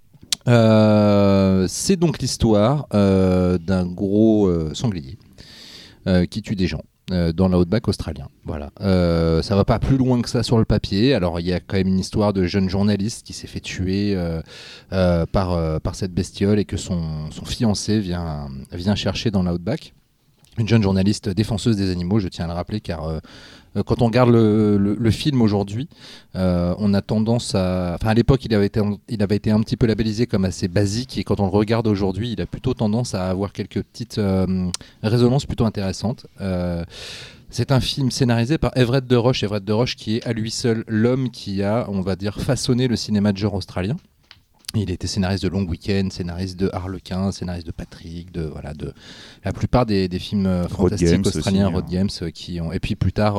C'est donc l'histoire d'un gros sanglier qui tue des gens dans l'outback australien. Voilà. Ça va pas plus loin que ça sur le papier. Alors il y a quand même une histoire de jeune journaliste qui s'est fait tuer par cette bestiole et que son fiancé vient chercher dans l'outback. Une jeune journaliste défenseuse des animaux, je tiens à le rappeler, car quand on regarde le film aujourd'hui, on a tendance à... Enfin, à l'époque, il avait été un petit peu labellisé comme assez basique, et quand on le regarde aujourd'hui, il a plutôt tendance à avoir quelques petites résonances plutôt intéressantes. C'est un film scénarisé par Everett de Roche qui est à lui seul l'homme qui a, on va dire, façonné le cinéma de genre australien. Il était scénariste de Long Weekend, scénariste de Harlequin, scénariste de Patrick, de la plupart des films fantastiques australiens, Road Games, qui ont, et puis plus tard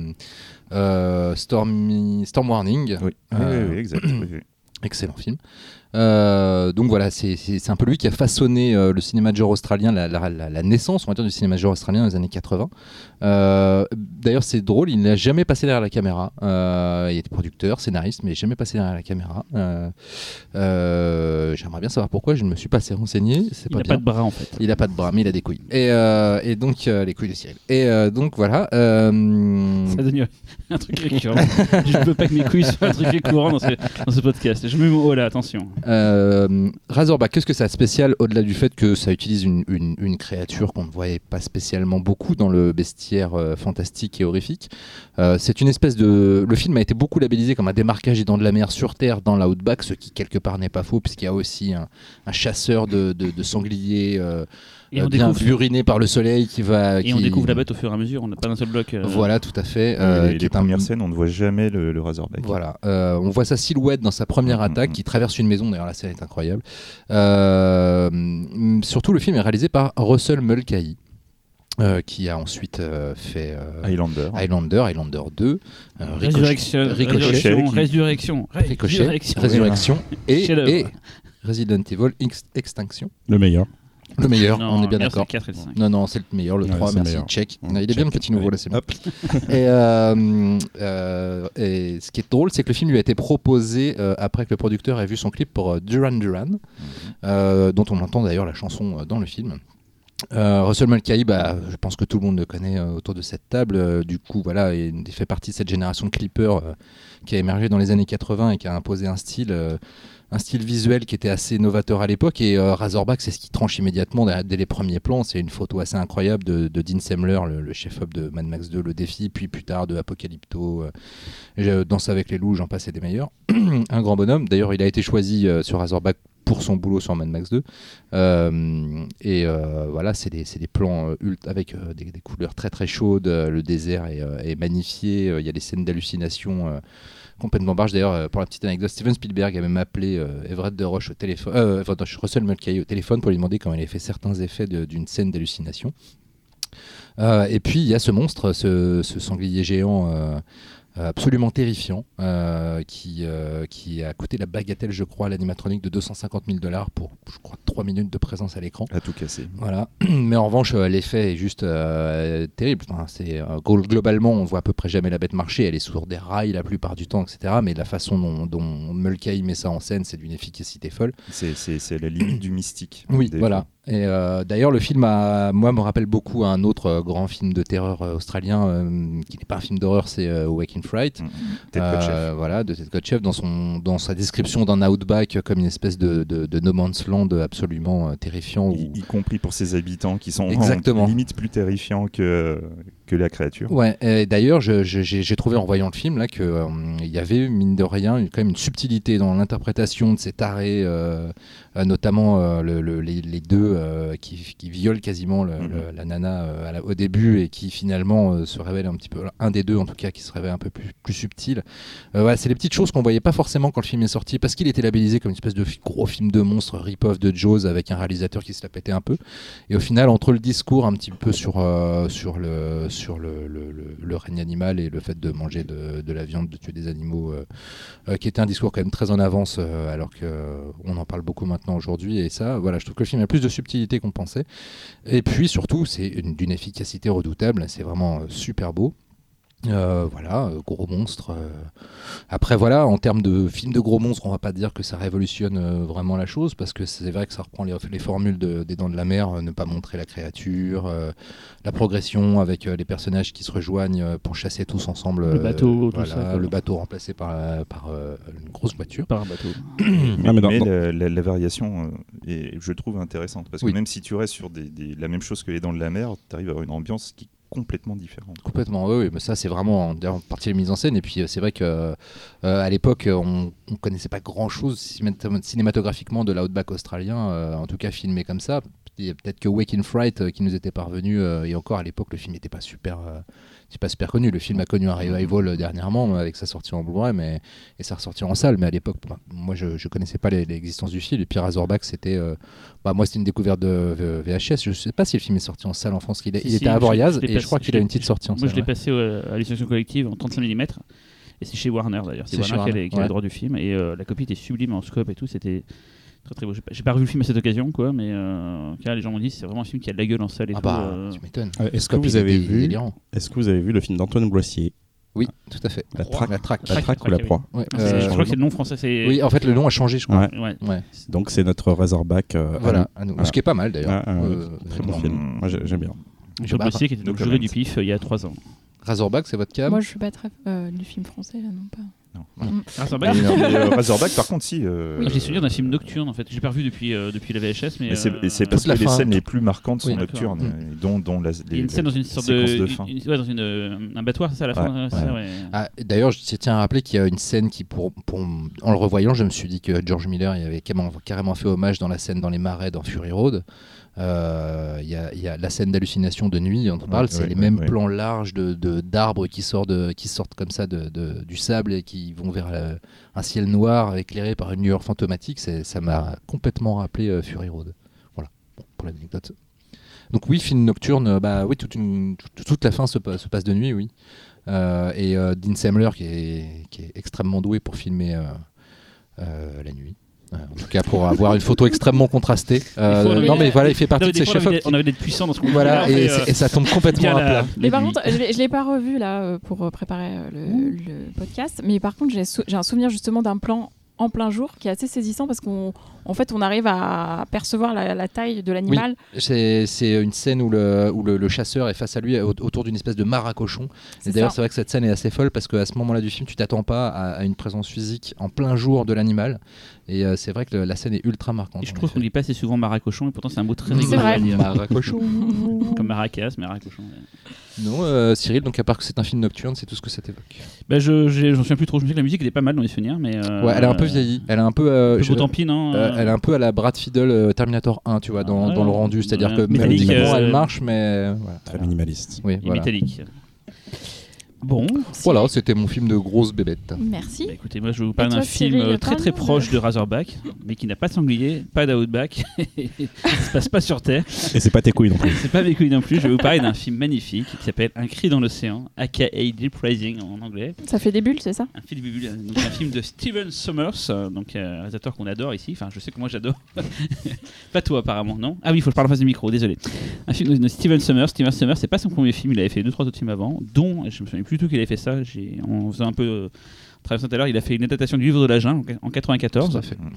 Storm Warning. Oui, exact. Excellent film. Donc voilà, c'est un peu lui qui a façonné le cinéma de genre australien, la naissance, on va dire, du cinéma de genre australien dans les années 80. D'ailleurs, c'est drôle, il n'a jamais passé derrière la caméra. Il était producteur, scénariste, mais jamais passé derrière la caméra. J'aimerais bien savoir pourquoi, je ne me suis pas assez renseigné. Il n'a pas de bras en fait. Il n'a pas de bras, mais il a des couilles. Et donc, les couilles de Cyril. Et donc voilà. Ça donne un truc récurrent. Je ne veux pas que mes couilles soient un truc récurrent dans ce podcast. Je mets mon haut là, attention. Razorback, qu'est-ce que ça a de spécial au-delà du fait que ça utilise une créature qu'on ne voyait pas spécialement beaucoup dans le bestiaire fantastique et horrifique. C'est une espèce de... Le film a été beaucoup labellisé comme un démarquage des dents de la mer sur Terre dans l'outback, ce qui quelque part n'est pas faux puisqu'il y a aussi un chasseur de sangliers bien buriné par le soleil on découvre la bête au fur et à mesure, on n'a pas d'un seul bloc. Voilà, tout à fait. Les premières scènes, on ne voit jamais le Razorback. Voilà, on voit sa silhouette dans sa première attaque qui traverse une maison, d'ailleurs la scène est incroyable. Surtout, le film est réalisé par Russell Mulcahy. Qui a ensuite fait Highlander 2, Résurrection et Resident Evil Extinction. Le meilleur. Le meilleur, non, on est bien le d'accord. C'est le 4 et le 5. Non, c'est le meilleur, le 3, merci, meilleur. Check. Il est bien le petit nouveau là, c'est bon. Et ce qui est drôle, c'est que le film lui a été proposé après que le producteur ait vu son clip pour Duran Duran, dont on entend d'ailleurs la chanson dans le film. Russell Mulcahy, je pense que tout le monde le connaît autour de cette table. Du coup, voilà, il fait partie de cette génération de clippers qui a émergé dans les années 80 et qui a imposé un style visuel qui était assez novateur à l'époque. Et Razorback, c'est ce qui tranche immédiatement dès les premiers plans. C'est une photo assez incroyable de Dean Semler, le chef-op de Mad Max 2, Le Défi, puis plus tard de Apocalypto, Danse avec les loups, j'en passe et des meilleurs. Un grand bonhomme. D'ailleurs, il a été choisi sur Razorback pour son boulot sur Mad Max 2. Voilà, c'est des plans avec des couleurs très très chaudes. Le désert est magnifié. Il y a des scènes d'hallucination complètement barge. D'ailleurs, pour la petite anecdote, Steven Spielberg a même appelé Everett de Roche au téléphone, Russell Mulcahy au téléphone pour lui demander comment il avait fait certains effets d'une scène d'hallucination. Et puis il y a ce monstre, ce sanglier géant absolument terrifiant, qui a coûté la bagatelle, je crois, à l'animatronique de $250,000 pour, je crois, 3 minutes de présence à l'écran. À tout casser. Voilà. Mais en revanche, l'effet est juste terrible. Enfin, globalement, on voit à peu près jamais la bête marcher. Elle est sur des rails la plupart du temps, etc. Mais la façon dont Mulcahy met ça en scène, c'est d'une efficacité folle. C'est la limite du mystique. Oui, voilà. Et d'ailleurs, le film, me rappelle beaucoup un autre grand film de terreur australien qui n'est pas un film d'horreur, c'est Waking Fright, de Ted Kotcheff, dans sa description d'un outback comme une espèce de no man's land absolument terrifiant. Y compris pour ses habitants qui sont limite plus terrifiants que la créature. Ouais, et d'ailleurs, j'ai trouvé en voyant le film là qu'il y avait, mine de rien, quand même une subtilité dans l'interprétation de ces tarés, notamment les deux qui violent quasiment la nana au début et qui finalement se révèle un petit peu, un des deux en tout cas, qui se révèle un peu plus subtil. C'est les petites choses qu'on voyait pas forcément quand le film est sorti, parce qu'il était labellisé comme une espèce de gros film de monstre rip-off de Jaws avec un réalisateur qui se la pétait un peu. Et au final, entre le discours un petit peu sur le règne animal et le fait de manger de la viande, de tuer des animaux, qui était un discours quand même très en avance, alors qu'on en parle beaucoup maintenant aujourd'hui. Et ça, voilà, je trouve que le film a plus de subtilité qu'on pensait. Et puis surtout, c'est d'une efficacité redoutable. C'est vraiment super beau. Gros monstre. Après, voilà, en termes de film de gros monstres, on va pas dire que ça révolutionne vraiment la chose, parce que c'est vrai que ça reprend les formules des Dents de la Mer, ne pas montrer la créature, la progression avec les personnages qui se rejoignent pour chasser tous ensemble. Le bateau, tout ça. Le bateau remplacé par une grosse voiture. Par un bateau. La variation est, je trouve, intéressante, parce que même si tu restes sur la même chose que les Dents de la Mer, tu arrives à avoir une ambiance qui complètement différente. Complètement, oui, mais ça c'est vraiment en partie la mise en scène. Et puis c'est vrai que à l'époque on connaissait pas grand chose cinématographiquement de l'outback australien, en tout cas filmé comme ça. Peut-être que Waking Fright qui nous était parvenu, et encore à l'époque le film n'était pas super connu. Le film a connu un revival dernièrement avec sa sortie en Blu-ray, et sa ressortie en salle, mais à l'époque moi je connaissais pas l'existence du film. Et puis Razorback c'était moi c'était une découverte de VHS. Je sais pas si le film est sorti en salle en France. Il était à Avoriaz, et je crois qu'il a une petite sortie en salle. Moi je l'ai passé à l'illustration collective en 35 mm, et c'est chez Warner d'ailleurs. C'est Warner qui a le droit du film, et la copie était sublime en scope et tout, c'était très très beau. J'ai pas revu le film à cette occasion, quoi, mais les gens m'ont dit c'est vraiment un film qui a de la gueule en salle et tout. Tu m'étonnes. Est-ce que vous avez vu le film d'Antoine Boissier? Oui, tout à fait. La traque ou la proie. Ouais. Je crois que c'est le nom français. Oui, en fait le nom a changé, je crois. Ouais. Donc c'est notre Razorback. À nous. Ce qui est pas mal d'ailleurs. Très bon film. Moi j'aime bien. Antoine Boissier qui était le jury du PIF il y a 3 ans. Razorback, c'est votre cam? Moi je suis pas très du film français là, non pas. Razorback, par contre, si. J'ai souvenir d'un film nocturne, en fait. J'ai pas revu depuis la VHS, mais c'est parce que les scènes les plus marquantes sont nocturnes, dont il y a une scène dans une sorte de fin. Dans un battoir, c'est ça, à la fin. D'ailleurs, je tiens à rappeler qu'il y a une scène qui, en le revoyant, je me suis dit que George Miller y avait carrément fait hommage dans la scène dans les marais dans Fury Road. Il y a la scène d'hallucination de nuit, on parle, c'est les mêmes plans larges d'arbres qui sortent comme ça du sable et qui vont vers un ciel noir éclairé par une lueur fantomatique. Ça m'a complètement rappelé Fury Road. Voilà, pour l'anecdote. Donc oui, film nocturne, toute la fin se passe de nuit, oui. Et Dean Semler qui est extrêmement doué pour filmer la nuit. En tout cas, pour avoir une photo extrêmement contrastée. Il fait partie de ces chefs-op. On avait d'être puissants dans ce qu'on voilà, et ça tombe complètement à plat. Mais par contre, je l'ai pas revu là pour préparer le podcast. Mais par contre, j'ai un souvenir justement d'un plan en plein jour qui est assez saisissant, parce qu'en fait on arrive à percevoir la taille de l'animal. Oui, c'est une scène où le chasseur est face à lui autour d'une espèce de mare à cochon. Et d'ailleurs c'est vrai que cette scène est assez folle, parce qu'à ce moment-là du film tu t'attends pas à une présence physique en plein jour de l'animal, et c'est vrai que la scène est ultra marquante. Et je trouve qu'on dit pas assez souvent mare à cochon, et pourtant c'est un mot très rigolo à dire. Mare à cochon. Comme maracas, mare à cochon. Non, Cyril, donc à part que c'est un film nocturne, c'est tout ce que ça t'évoque? J'en souviens plus trop. Je me dis que la musique était pas mal dans les souvenirs, mais elle est un peu vieillie. Elle est un peu. Tant pis, non. Elle est un peu à la Brad Fiedel Terminator 1, tu vois, dans le rendu. C'est-à-dire que mécaniquement, elle marche, mais très minimaliste. Oui, et métallique. Bon, voilà, c'était mon film de grosse bébête. Merci. Écoutez, moi je vais vous parler d'un film très proche de Razorback, mais qui n'a pas de sanglier, pas d'outback, et ça se passe pas sur Terre. Et c'est pas tes couilles non plus. C'est pas mes couilles non plus. Je vais vous parler d'un film magnifique qui s'appelle Un cri dans l'océan, aka Deep Rising en anglais. Ça fait des bulles, c'est ça? Un film de Stephen Sommers, donc un réalisateur qu'on adore ici. Enfin, je sais que moi j'adore. Pas toi apparemment, non? Ah oui, il faut que je parle en face du micro, désolé. Un film de Stephen Sommers. Stephen Sommers, c'est pas son premier film, il avait fait 2-3 autres films avant, dont, je me souviens plus du tout qu'il avait fait ça, en faisant un peu traversant tout à l'heure, il a fait une adaptation du livre de la jungle en 94.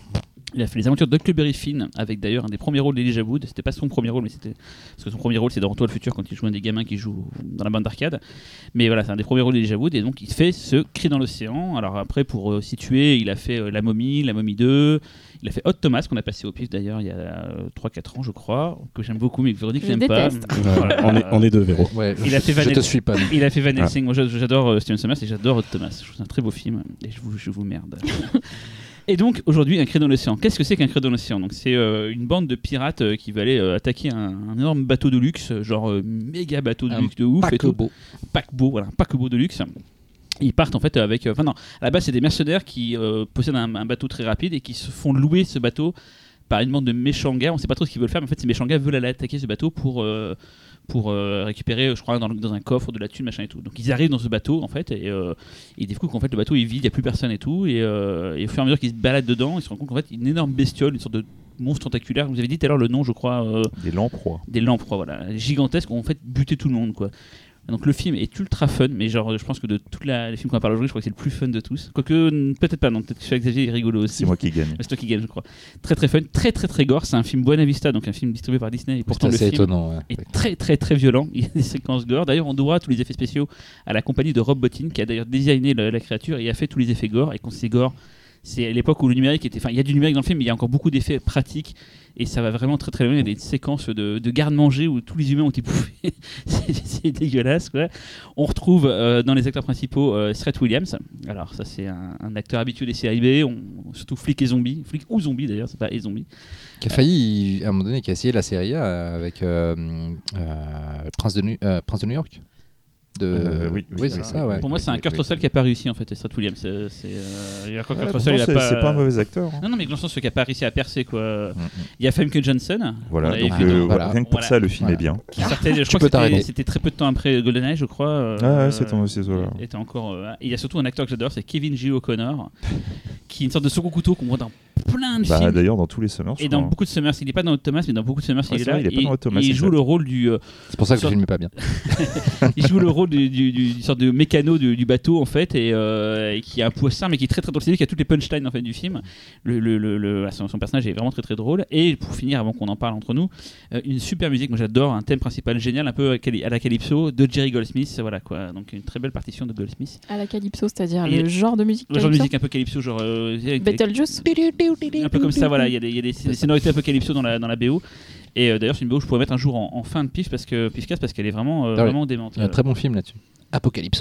Il a fait les aventures d'Huckleberry Finn, avec d'ailleurs un des premiers rôles d'Elijah Wood. C'était pas son premier rôle, mais c'était parce que son premier rôle c'est dans Retour à le futur, quand il joue un des gamins qui joue dans la bande d'arcade. Mais voilà, c'est un des premiers rôles d'Elijah Wood, et donc il fait ce Cri dans l'océan. Alors après, pour situer, il a fait La Momie 2. Il a fait Hot Thomas, qu'on a passé au pif d'ailleurs il y a 3-4 ans, je crois, que j'aime beaucoup, mais que Véronique n'aime pas. Voilà. On est deux, Véro. Ouais, Il a fait je te suis pas. Il a fait Van Helsing. Moi, j'adore Steven Sommers et j'adore Hot Thomas. Je trouve c'est un très beau film, et je vous merde. Et donc aujourd'hui, un Cri dans l'océan. Qu'est-ce que c'est qu'un Cri dans l'océan? Donc c'est une bande de pirates qui va aller attaquer un énorme bateau de luxe, genre méga bateau de luxe de ouf et tout. Paquebot, voilà, un paquebot de luxe. Ils partent en fait avec. Enfin non, à la base c'est des mercenaires qui possèdent un bateau très rapide et qui se font louer ce bateau par une bande de méchants gars. On sait pas trop ce qu'ils veulent faire, mais en fait ces méchants gars veulent aller attaquer ce bateau pour récupérer, je crois, dans un coffre de la thune, machin et tout. Donc ils arrivent dans ce bateau en fait et ils découvrent qu'en fait le bateau est vide, il n'y a plus personne et tout. Et au fur et à mesure qu'ils se baladent dedans, ils se rendent compte qu'en fait une énorme bestiole, une sorte de monstre tentaculaire. Vous avez dit tout à l'heure le nom, je crois. Des lamproies. Des lamproies, voilà, gigantesques, ont en fait buté tout le monde, quoi. Donc le film est ultra fun, mais genre je pense que de tous les films qu'on parle aujourd'hui, je crois que c'est le plus fun de tous. Quoique peut-être pas, non, peut-être que Xavier est rigolo aussi. C'est moi qui gagne. C'est toi qui gagne, je crois. Très très fun, très très très gore. C'est un film Buena Vista, donc un film distribué par Disney. Et pourtant le film étonnant, est très très très violent. Il y a des séquences gore. D'ailleurs, on doit tous les effets spéciaux à la compagnie de Rob Bottin, qui a d'ailleurs designé la créature et a fait tous les effets gore. Et quand c'est gore, c'est à l'époque où le numérique était. Enfin, il y a du numérique dans le film, mais il y a encore beaucoup d'effets pratiques. Et ça va vraiment très très loin. Il y a des séquences de garde-manger où tous les humains ont été bouffés. c'est dégueulasse, quoi. On retrouve dans les acteurs principaux Seth Williams. Alors ça c'est un acteur habitué des séries B, surtout Flic et Zombie. Flic ou Zombie d'ailleurs, c'est pas et Zombie. Qui a failli, à un moment donné, qui a essayé la série A avec Prince de New York. Oui, c'est ça. Ouais. Pour moi, c'est un Kurt Russell qui n'a pas réussi en fait. Et Seth Williams, Kurt Russell, c'est pas un mauvais acteur. Non, mais dans le sens qui n'a pas réussi à percer, quoi. Il y a Famke Johnson. Voilà, donc rien que pour ça, le film est bien. Je crois que c'était très peu de temps après GoldenEye, je crois. C'est ton ça. Était encore. Il y a surtout un acteur que j'adore, c'est Kevin J. O'Connor, qui est une sorte de second couteau qu'on voit dans plein de films. D'ailleurs, dans tous les Summers. Et dans beaucoup de Summers, il n'est pas dans Hot Thomas, mais dans beaucoup de Summers, il est là. Il joue le rôle du. C'est pour ça que le film n'est pas bien. Il joue le rôle du sorte de mécano du bateau en fait, et qui est un poisson, mais qui est très très drôle. C'est lui qui a toutes les punchlines en fait du film. Son personnage est vraiment très très drôle. Et pour finir, avant qu'on en parle entre nous, une super musique. Moi j'adore un thème principal génial, un peu à la Calypso de Jerry Goldsmith. Voilà quoi. Donc une très belle partition de Goldsmith. À la Calypso, c'est-à-dire le genre de musique. Le genre de musique un peu Calypso, genre. Betelgeuse. Un peu comme ça, voilà. Il y a des sonorités un peu Calypso dans la BO. Et d'ailleurs, c'est une BO que je pourrais mettre un jour en fin de pif parce qu'elle est vraiment vraiment démente. Il y a un très bon film là-dessus. Apocalypso.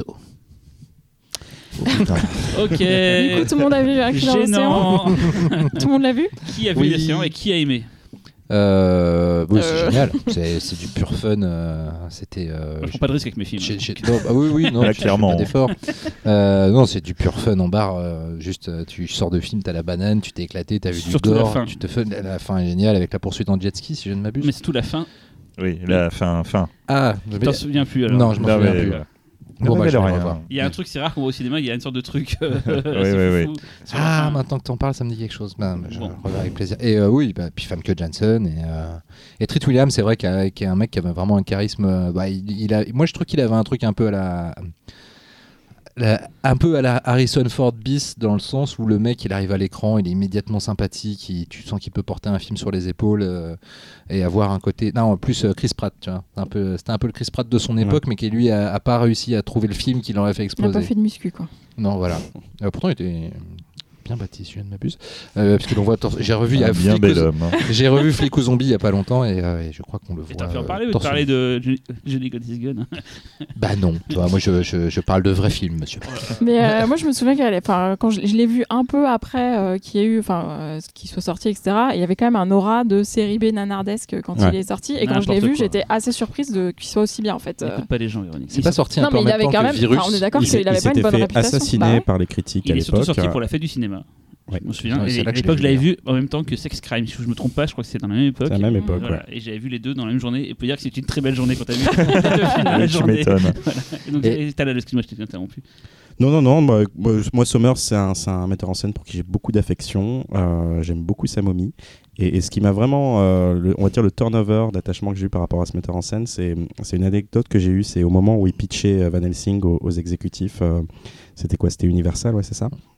Ok. Du coup, tout le monde a vu un Cri dans l'océan. Tout le monde l'a vu. Qui a vu l'océan et qui a aimé? Oui, c'est génial. C'est du pur fun. C'était. Je prends pas de risque avec mes films. Oui, non, clairement. Pas d'effort. Non, c'est du pur fun en bar. Juste, tu sors de film, t'as la banane, tu t'es éclaté, t'as vu surtout du gore. la fin. Tu te fais la fin est géniale avec la poursuite en jet ski, si je ne m'abuse. Mais c'est tout la fin. Oui, la fin. Ah, je t'en souviens plus alors. Non, je m'en souviens plus. Bon, je vais revoir. Il y a un truc, c'est rare qu'on voit au cinéma, il y a une sorte de truc. Oui. Maintenant que t'en parles, ça me dit quelque chose. Je regarde avec plaisir. Et puis Famke Janssen et Treat Williams, c'est vrai qu'il y a un mec qui avait vraiment un charisme. Moi, je trouve qu'il avait un truc un peu à la Harrison Ford bis, dans le sens où le mec il arrive à l'écran, il est immédiatement sympathique, tu sens qu'il peut porter un film sur les épaules et avoir un côté. Non, en plus Chris Pratt, tu vois, c'était un peu le Chris Pratt de son époque, mais qui lui a pas réussi à trouver le film qui l'aurait fait exploser. Il n'a pas fait de muscu, quoi. Non, voilà. Pourtant, il était bien bâti, si je ne m'abuse. Parce que l'on voit. J'ai revu. Bien bel homme. J'ai revu Flic ou Zombie il y a pas longtemps et je crois qu'on le voit. Et t'as fait en parler ou de parler de Johnny Got His Gun? Bah non. Moi, je parle de vrais films, monsieur. Mais moi, je me souviens quand je l'ai vu un peu après qu'il y a eu, qu'il soit sorti, etc. Il y avait quand même un aura de série B nanardesque quand il est sorti. Et quand je l'ai vu, j'étais assez surprise qu'il soit aussi bien en fait. Écoute pas les gens, Véronique. C'est pas sorti un peu en même temps que Virus. On est d'accord qu'il avait pas une bonne réputation. Il s'était fait assassiner par les critiques à l'époque. Il est surtout sorti pour la fête du cinéma. Ouais. Je me souviens, à l'époque je l'avais vu en même temps que Sex Crime, si je me trompe pas, je crois que c'est dans la même époque. C'est la même époque, voilà. ouais. Et j'avais vu les deux dans la même journée, et on peut dire que c'est une très belle journée quand t'as vu les deux films dans la journée. Tu m'étonnes. Voilà. Et donc, excuse-moi, je t'ai interrompu. Non, moi Sommers, c'est un metteur en scène pour qui j'ai beaucoup d'affection. J'aime beaucoup sa momie. Et ce qui m'a vraiment, on va dire le turnover d'attachement que j'ai eu par rapport à ce metteur en scène, c'est une anecdote que j'ai eue, c'est au moment où il pitchait Van Helsing aux exécutifs. C'était quoi? C'était Universal, ouais, c'est ça.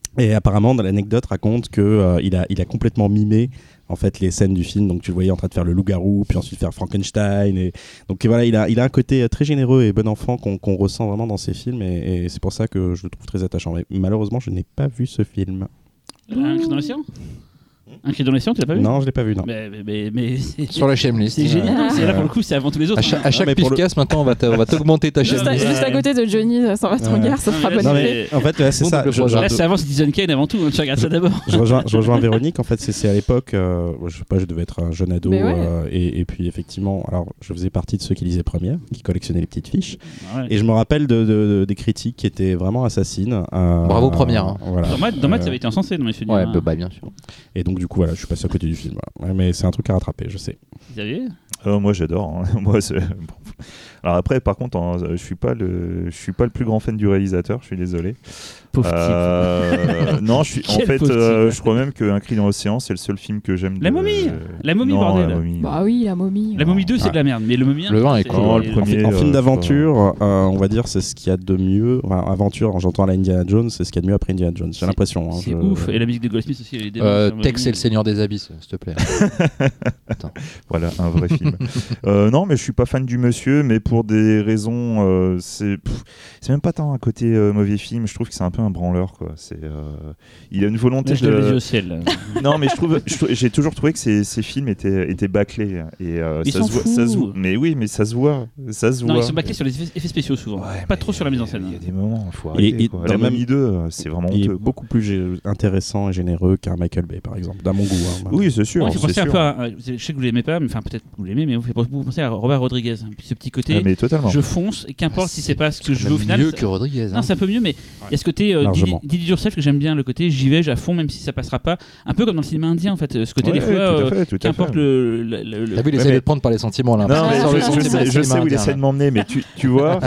Et apparemment, dans l'anecdote, raconte que il a complètement mimé en fait les scènes du film. Donc tu le voyais en train de faire le loup-garou, puis ensuite faire Frankenstein. Et donc voilà, il a un côté très généreux et bon enfant qu'on ressent vraiment dans ses films, et c'est pour ça que je le trouve très attachant. Mais malheureusement, je n'ai pas vu ce film. Un cri dans l'océan. Un cri dans l'océan, tu l'as pas vu? Non, je l'ai pas vu, non. Mais sur la shamelist. C'est génial. C'est là pour le coup, c'est avant tous les autres. À chaque podcast, maintenant, on va t'augmenter ta shamelist. Juste à côté de Johnny, ça va ton gare, ça fera bonne idée. En fait, c'est ça. Là, c'est avant Citizen Kane avant tout. Tu regardes ça d'abord. Je rejoins Véronique. En fait, c'est à l'époque, je sais pas, je devais être un jeune ado, et puis effectivement, alors je faisais partie de ceux qui lisaient Première, qui collectionnaient les petites fiches, et je me rappelle des critiques qui étaient vraiment assassines. Bravo Première. Voilà. Dans Maths, ça avait été encensé dans mes souvenirs. Ouais, bah bien sûr. Et donc du coup, voilà, je suis passé à côté du film. Voilà. Ouais, mais c'est un truc à rattraper, je sais. Xavier? Moi j'adore. Hein. Moi, alors après, par contre, je suis pas le plus grand fan du réalisateur. Je suis désolé. Pauvre type. Non, je crois même qu'Un cri dans l'océan, c'est le seul film que j'aime. La momie, non, bordel. La momie. Bah oui, la momie. La momie 2, c'est de la merde, mais le momie 1, le 1 est cool. Le premier, en film d'aventure, on va dire, c'est ce qu'il y a de mieux. Enfin, aventure, j'entends la Indiana Jones, c'est ce qu'il y a de mieux après Indiana Jones. J'ai l'impression. C'est ouf. Et la musique de Goldsmith aussi, elle est Tex et le Seigneur des Abysses, s'il te plaît. Voilà, un vrai film. Non, mais je suis pas fan du monsieur, mais pour des raisons, c'est même pas tant un côté mauvais film. Je trouve que c'est un peu un branleur, quoi. Il a une volonté de les yeux au ciel. Non, mais j'ai toujours trouvé que ces films étaient bâclés, et ça se voit. Mais oui, mais ça se voit. Non, ils sont bâclés sur les effets spéciaux souvent, pas trop sur la mise en scène. Il y a des moments, il faut arrêter. La Momie 2, c'est vraiment il honteux. est beaucoup plus intéressant et généreux qu'un Michael Bay, par exemple, d'un mon goût. Hein. Oui, c'est sûr. Il faut penser un peu je sais que vous l'aimez pas, mais enfin peut-être que vous l'aimez, mais vous faites beaucoup penser à Robert Rodriguez. Puis ce petit côté, mais totalement. je fonce, et qu'importe si c'est pas ce que je veux au final. Mieux que Rodriguez. Non, c'est un peu mieux, mais il y a ce côté Did it yourself que j'aime bien, le côté j'y vais, à fond, même si ça passera pas. Un peu comme dans le cinéma indien, en fait. Ce côté, des fois, qu'importe le. T'as vu, il essaie de te prendre par les sentiments là. Non, je sais où il essaie de m'emmener, mais tu vois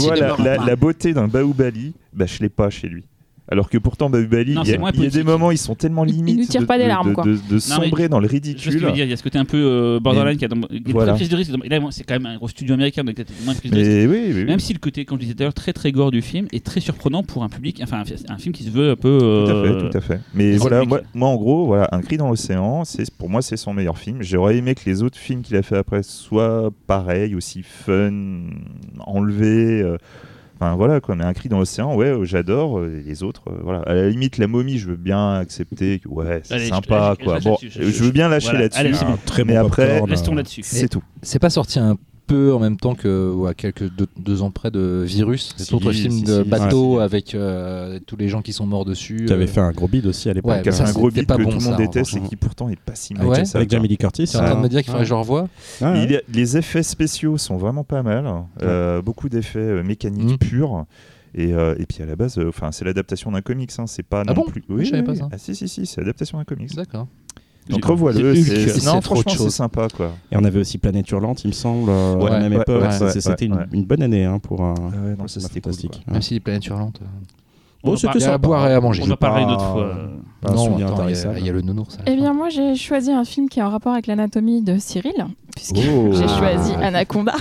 la beauté d'un Bahubali, je l'ai pas chez lui. Alors que pourtant, Bahubali, il y a des moments, ils sont tellement limites. Il ne tire pas des larmes, quoi. De sombrer dans le ridicule. Je veux dire, il y a ce côté un peu borderline qui a une prise de risque. Et là, c'est quand même un gros studio américain, donc peut-être moins de prise de risque. Oui. Même si le côté, comme je disais d'ailleurs, très très gore du film est très surprenant pour un public, enfin un film qui se veut un peu. Tout à fait. Mais voilà, moi en gros, voilà, Un cri dans l'océan, pour moi, c'est son meilleur film. J'aurais aimé que les autres films qu'il a fait après soient pareils, aussi fun, enlevés. Enfin voilà quoi, mais Un cri dans l'océan, j'adore. Les autres, voilà. À la limite, La momie, je veux bien accepter que c'est sympa quoi. Bon, je veux bien lâcher là-dessus. Très mais après, restons là-dessus. C'est tout. C'est pas sorti un peu en même temps que à quelques 2 ans près de Virus, cet autre film de bateau avec tous les gens qui sont morts dessus. Tu avais fait un gros bid aussi à l'époque. Ouais, c'est un gros bid que tout le monde déteste et qui pourtant est pas si mal. Avec Jamie Lee Curtis. Tu es en train de me dire qu'il faudrait que je revoie. Les effets spéciaux sont vraiment pas mal. Beaucoup d'effets mécaniques purs. Et puis à la base, c'est l'adaptation d'un comics. C'est pas non plus. Oui, je savais pas ça. Si, c'est l'adaptation d'un comics. D'accord. Donc revois-le, non franchement c'est sympa quoi. Et on avait aussi Planète Hurlante, il me semble, à la même époque. C'était une bonne année pour un. Non, ça c'était fantastique. Même si les Planètes Hurlantes. C'était à boire et à manger. On en parlera une autre fois. Non, il y a le nounours. Eh bien, moi, j'ai choisi un film qui est en rapport avec l'anatomie de Cyril, puisque j'ai choisi Anaconda.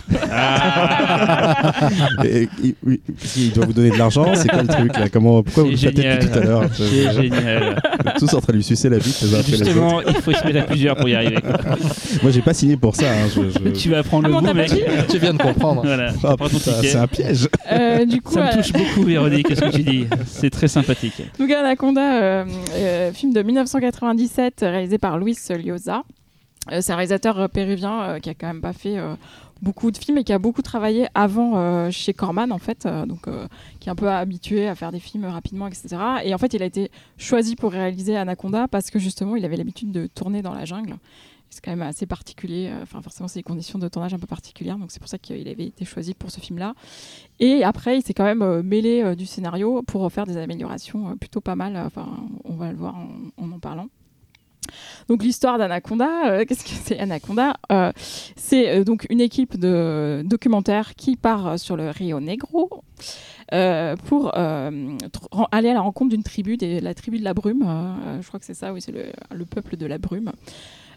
Il doit vous donner de l'argent, c'est quoi le truc là? Pourquoi vous le faites depuis tout à l'heure? C'est génial. Tous en train de lui sucer la bite. Justement, il faut se mettre à plusieurs pour y arriver. Moi, j'ai pas signé pour ça. Tu vas prendre le goût, mec. Tu viens de comprendre. Voilà. C'est un piège. Du coup, ça me touche beaucoup, Véronique. Qu'est-ce que tu dis? C'est très sympathique. Donc Anaconda, film de 1997 réalisé par Luis Llosa. C'est un réalisateur péruvien qui a quand même pas fait beaucoup de films et qui a beaucoup travaillé avant chez Corman en fait, qui est un peu habitué à faire des films rapidement, etc. Et en fait, il a été choisi pour réaliser Anaconda parce que justement, il avait l'habitude de tourner dans la jungle. C'est quand même assez particulier. Forcément, c'est des conditions de tournage un peu particulières. Donc, c'est pour ça qu'il avait été choisi pour ce film-là. Et après, il s'est quand même mêlé du scénario pour faire des améliorations plutôt pas mal. On va le voir en parlant. Donc, l'histoire d'Anaconda, qu'est-ce que c'est Anaconda? C'est donc une équipe de documentaires qui part sur le Rio Negro pour aller à la rencontre d'une tribu, la tribu de la brume. Je crois que c'est ça, oui, c'est le peuple de la brume.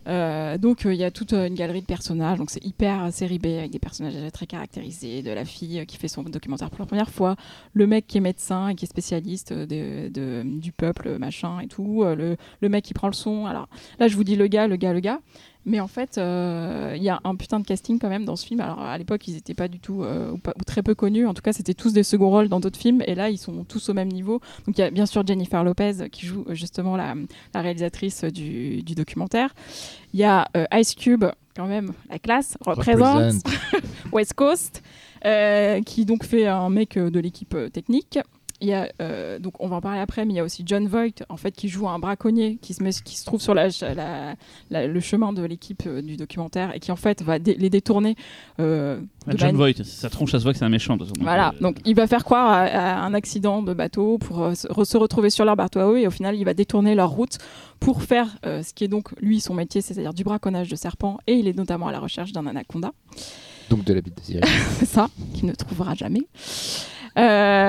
Donc il y a toute une galerie de personnages, donc c'est hyper série B avec des personnages très caractérisés, de la fille qui fait son documentaire pour la première fois, le mec qui est médecin et qui est spécialiste du peuple, machin et tout, le mec qui prend le son. Alors là je vous dis le gars. Mais en fait, il y a un putain de casting quand même dans ce film. Alors à l'époque, ils n'étaient pas du tout ou très peu connus. En tout cas, c'était tous des seconds rôles dans d'autres films. Et là, ils sont tous au même niveau. Donc il y a bien sûr Jennifer Lopez qui joue justement la réalisatrice du documentaire. Il y a Ice Cube, quand même, la classe, représente West Coast, qui donc fait un mec de l'équipe technique. Il y a, donc on va en parler après, mais il y a aussi Jon Voight en fait, qui joue un braconnier qui se trouve sur le chemin de l'équipe du documentaire et qui en fait va les détourner. Jon Voight, sa tronche, ça se voit que c'est un méchant. Voilà, donc il va faire croire à un accident de bateau pour se retrouver sur leur bateau à eux et au final il va détourner leur route pour faire ce qui est donc lui son métier, c'est-à-dire du braconnage de serpents, et il est notamment à la recherche d'un anaconda. Donc de la bite de Cyril. C'est ça, qu'il ne trouvera jamais. Il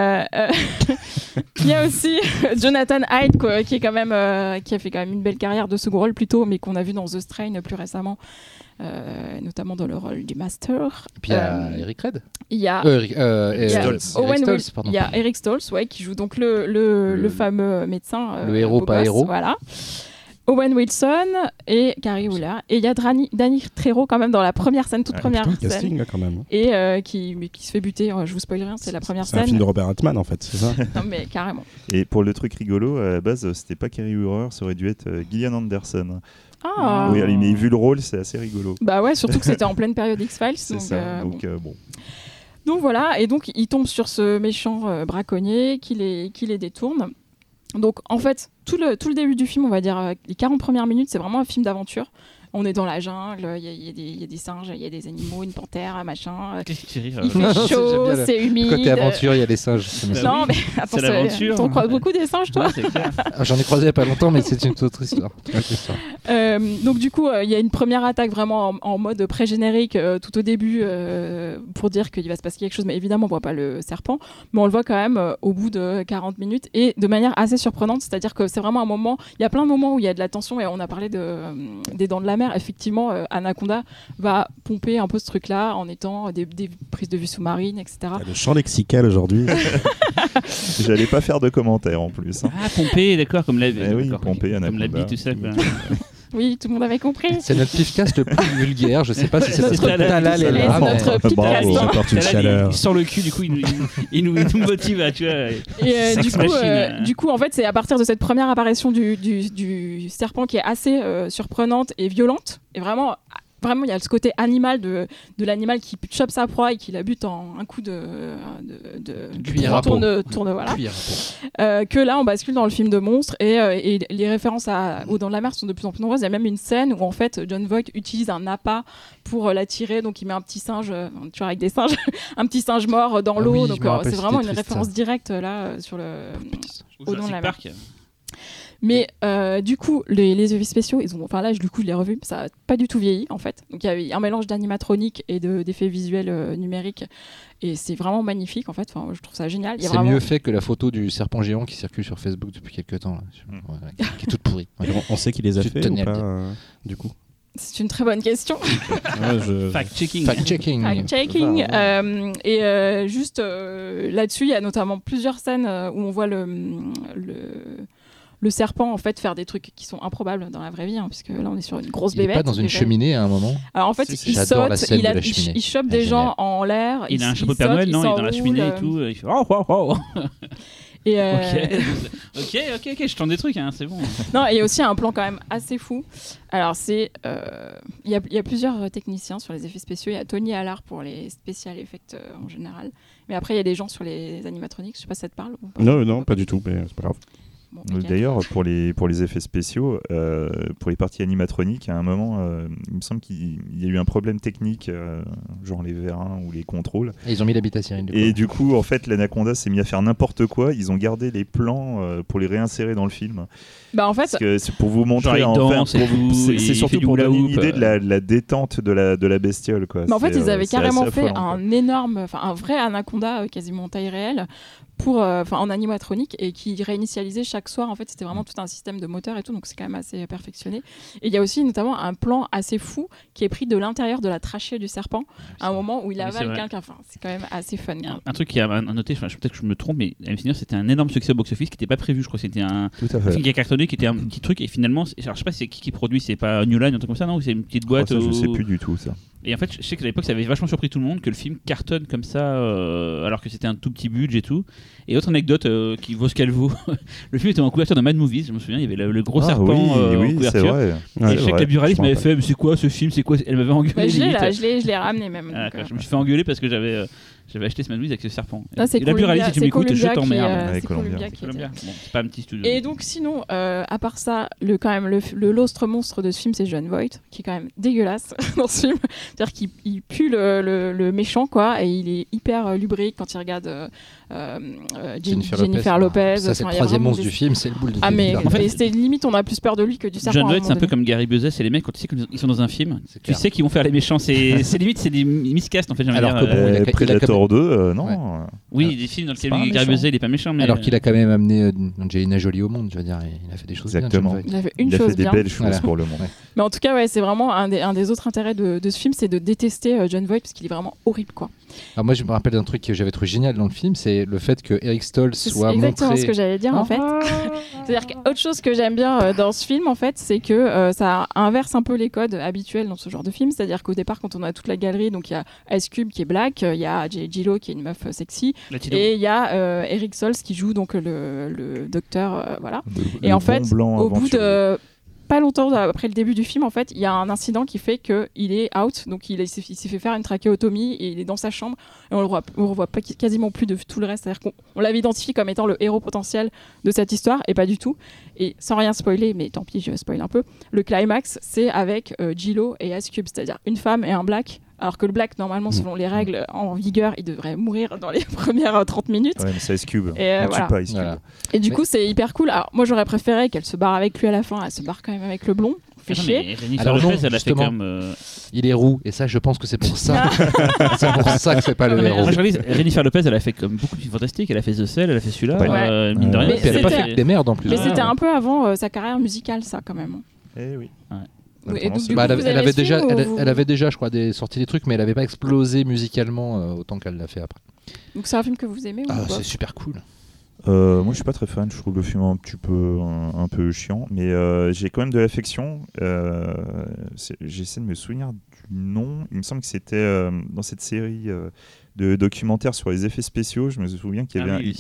y a aussi Jonathan Hyde qui est quand même qui a fait quand même une belle carrière de second rôle plutôt, mais qu'on a vu dans The Strain plus récemment, notamment dans le rôle du Master. Et puis il y a Eric Red. Il y a Eric Stoltz, ouais, qui joue donc le fameux médecin, le héros pas héros. Voilà. Owen Wilson et Carrie Wheeler. Et il y a Danny Trejo quand même dans la première scène, toute première scène. Casting, là, quand même. Et qui se fait buter, je vous spoil rien, c'est la première scène. C'est un film de Robert Altman en fait, c'est ça? Non mais carrément. Et pour le truc rigolo, à la base, c'était pas Carrie Wheeler, ça aurait dû être Gillian Anderson. Ah. Oui, mais vu le rôle, c'est assez rigolo. Bah ouais, surtout que c'était en pleine période X-Files. C'est ça, donc bon. Donc voilà, et donc il tombe sur ce méchant braconnier qui les détourne. Donc en fait, tout le début du film, on va dire les 40 premières minutes, c'est vraiment un film d'aventure. On est dans la jungle, il y a des singes, il y a des animaux, une panthère, un machin. Il fait chaud, c'est humide. Côté aventure, il y a des singes. Non, mais attends, c'est l'aventure. T'en croises beaucoup des singes, toi? Ouais, J'en ai croisé il n'y a pas longtemps, mais c'est une autre histoire. Donc du coup, il y a une première attaque vraiment en mode pré-générique tout au début pour dire qu'il va se passer quelque chose, mais évidemment on voit pas le serpent, mais on le voit quand même au bout de 40 minutes et de manière assez surprenante, c'est-à-dire que c'est vraiment un moment, il y a plein de moments où il y a de la tension et on a parlé des Dents de la Mer. Effectivement, Anaconda va pomper un peu ce truc-là en étant des prises de vue sous-marines, etc. Le champ lexical aujourd'hui. J'allais pas faire de commentaires en plus. Ah, pomper, d'accord, comme la pomper, comme la bite, tout ça. Oui, tout le monde avait compris. C'est notre pifcast le plus vulgaire. Je sais pas si c'est notre Talal est là. Notre pifcast. Ça porte une chaleur. Il sort le cul, du coup, il nous motive, tu vois. Et du coup, en fait, c'est à partir de cette première apparition du serpent qui est assez surprenante et violente, et vraiment, il y a ce côté animal de l'animal qui chope sa proie et qui la bute en un coup de cuillère à peau. Voilà. Que là, on bascule dans le film de monstres et les références aux Dents de la Mer sont de plus en plus nombreuses. Il y a même une scène où en fait Jon Voight utilise un appât pour l'attirer, donc il met un petit singe, toujours avec des singes, un petit singe mort dans l'eau. Donc c'est vraiment une référence directe là sur aux Dents de la Mer. Mais du coup, les effets spéciaux, là, du coup, je l'ai revu, ça n'a pas du tout vieilli, en fait. Donc, il y avait un mélange d'animatronique et d'effets visuels numériques. Et c'est vraiment magnifique, en fait. Enfin, je trouve ça génial. C'est mieux fait que la photo du serpent géant qui circule sur Facebook depuis quelques temps, là, qui est toute pourrie. On sait qui les a fait ou pas, du coup? C'est une très bonne question. Fact-checking. Fact-checking. Et juste là-dessus, il y a notamment plusieurs scènes où on voit le serpent en fait faire des trucs qui sont improbables dans la vraie vie, puisque là on est sur une grosse bébête. Il est pas dans une cheminée à un moment. Alors en fait il saute, il chope des gens en l'air. Il a un chapeau de Père Noël, non? Il est dans la cheminée et tout. Il fait oh. Et ok, je tente des trucs, hein, c'est bon. Non, et il y a aussi un plan quand même assez fou. Alors il y a plusieurs techniciens sur les effets spéciaux. Il y a Tony Allard pour les special effects en général. Mais après il y a des gens sur les animatronics. Je sais pas si ça te parle ou pas. Non, pas du tout, mais c'est pas grave. Bon, d'ailleurs, pour les effets spéciaux, pour les parties animatroniques, à un moment, il me semble qu'il y a eu un problème technique, genre les vérins ou les contrôles. Et ils ont mis l'habitat Cyril. Et du coup, en fait, l'Anaconda s'est mis à faire n'importe quoi. Ils ont gardé les plans pour les réinsérer dans le film. Bah en fait, c'est pour vous montrer. C'est surtout pour donner une idée de la détente de la bestiole, quoi. Mais en fait, ils avaient carrément fait un vrai Anaconda, quasiment taille réelle, en animatronique et qui réinitialisait chaque soir. En fait, c'était vraiment tout un système de moteur et tout, donc c'est quand même assez perfectionné. Et il y a aussi notamment un plan assez fou qui est pris de l'intérieur de la trachée du serpent, à un moment où il avale quelqu'un. Enfin, c'est quand même assez fun. Un truc qui a noté, peut-être que je me trompe, mais Infinity, c'était un énorme succès au box-office qui n'était pas prévu. Je crois que c'était un film qui a cartonné, qui était un petit truc, et finalement, alors, je sais pas si c'est qui produit, c'est pas New Line, un truc comme ça, non? Ou c'est une petite boîte? Je sais plus du tout ça. Et en fait, je sais qu'à l'époque, ça avait vachement surpris tout le monde que le film cartonne comme ça, alors que c'était un tout petit budget et tout. Et autre anecdote qui vaut ce qu'elle vaut, le film était en couverture de Mad Movies, je me souviens, il y avait le gros serpent en couverture. C'est vrai. Et je sais que la buraliste m'avait fait, mais c'est quoi ce film, c'est quoi? Elle m'avait engueulé. Je l'ai ramené même. Je me suis fait engueuler parce que j'avais acheté ce Mad Movies avec ce serpent. Et la buraliste, si tu m'écoutes, je t'emmerde. C'est Columbia. C'est pas un petit studio. Et donc sinon, à part ça, l'ostre monstre de ce film, c'est Jon Voight, qui est quand même dégueulasse dans ce film. C'est-à-dire qu'il pue le méchant, quoi, et il est hyper lubrique quand il regarde Jennifer Lopez. Ça, c'est le troisième monstre du film, c'est le boule de Ah, mais en fait, c'était limite, on a plus peur de lui que du serpent. Jon Voight, c'est un peu comme Gary Busey, c'est les mecs, quand tu sais qu'ils sont dans un film, tu sais qu'ils vont faire les méchants. C'est limite, c'est des miscast en fait. Alors que bon, Predator 2, non. Oui, des films dans lesquels Gary Busey, il est pas méchant. Alors qu'il a quand même amené Angelina Jolie au monde, je veux dire, il a fait des choses bien. Il a fait des belles choses pour le monde. Mais en tout cas, c'est vraiment un des autres intérêts de ce film, c'est de détester Jon Voight parce qu'il est vraiment horrible, quoi. Alors moi, je me rappelle d'un truc que j'avais trouvé génial dans le film, c'est le fait que Eric Stoltz soit montré. C'est exactement ce que j'allais dire en fait. C'est-à-dire qu'autre chose que j'aime bien dans ce film, en fait, c'est que ça inverse un peu les codes habituels dans ce genre de film. C'est-à-dire qu'au départ, quand on a toute la galerie, donc il y a Ice Cube qui est black, il y a J-Lo qui est une meuf sexy, et il y a Eric Stoltz qui joue donc le docteur, voilà. Et en fait, au bout de pas longtemps après le début du film, en fait, il y a un incident qui fait qu'il est out, donc il s'est fait faire une trachéotomie et il est dans sa chambre et on le revoit pas, quasiment plus de tout le reste. C'est-à-dire qu'on l'avait identifié comme étant le héros potentiel de cette histoire et pas du tout. Et sans rien spoiler, mais tant pis, je spoil un peu, le climax, c'est avec J-Lo et Ice Cube, c'est-à-dire une femme et un black. Alors que le black, normalement, selon les règles en vigueur, il devrait mourir dans les premières 30 minutes. Ouais, mais c'est Ice Cube. Et, tue pas Ice Cube. Voilà. Et du coup, c'est hyper cool. Alors, moi, j'aurais préféré qu'elle se barre avec lui à la fin. Elle se barre quand même avec le blond. Fait chier. Alors non, elle a fait comme il est roux. Et ça, je pense que c'est pour ça. C'est pour ça que c'est pas le héros. Jennifer Lopez, elle a fait comme beaucoup de films fantastiques. Elle a fait The Cell, elle a fait celui-là. Mine de rien. Elle a pas fait des merdes en plus. Mais c'était un peu avant sa carrière musicale, ça, quand même. Eh oui. Elle avait déjà, je crois, sorti des trucs, mais elle n'avait pas explosé musicalement autant qu'elle l'a fait après. Donc c'est un film que vous aimez ou c'est super cool. Moi je suis pas très fan, je trouve le film un peu chiant, mais j'ai quand même de l'affection. J'essaie de me souvenir du nom. Il me semble que c'était dans cette série de documentaires sur les effets spéciaux. Je me souviens qu'il y avait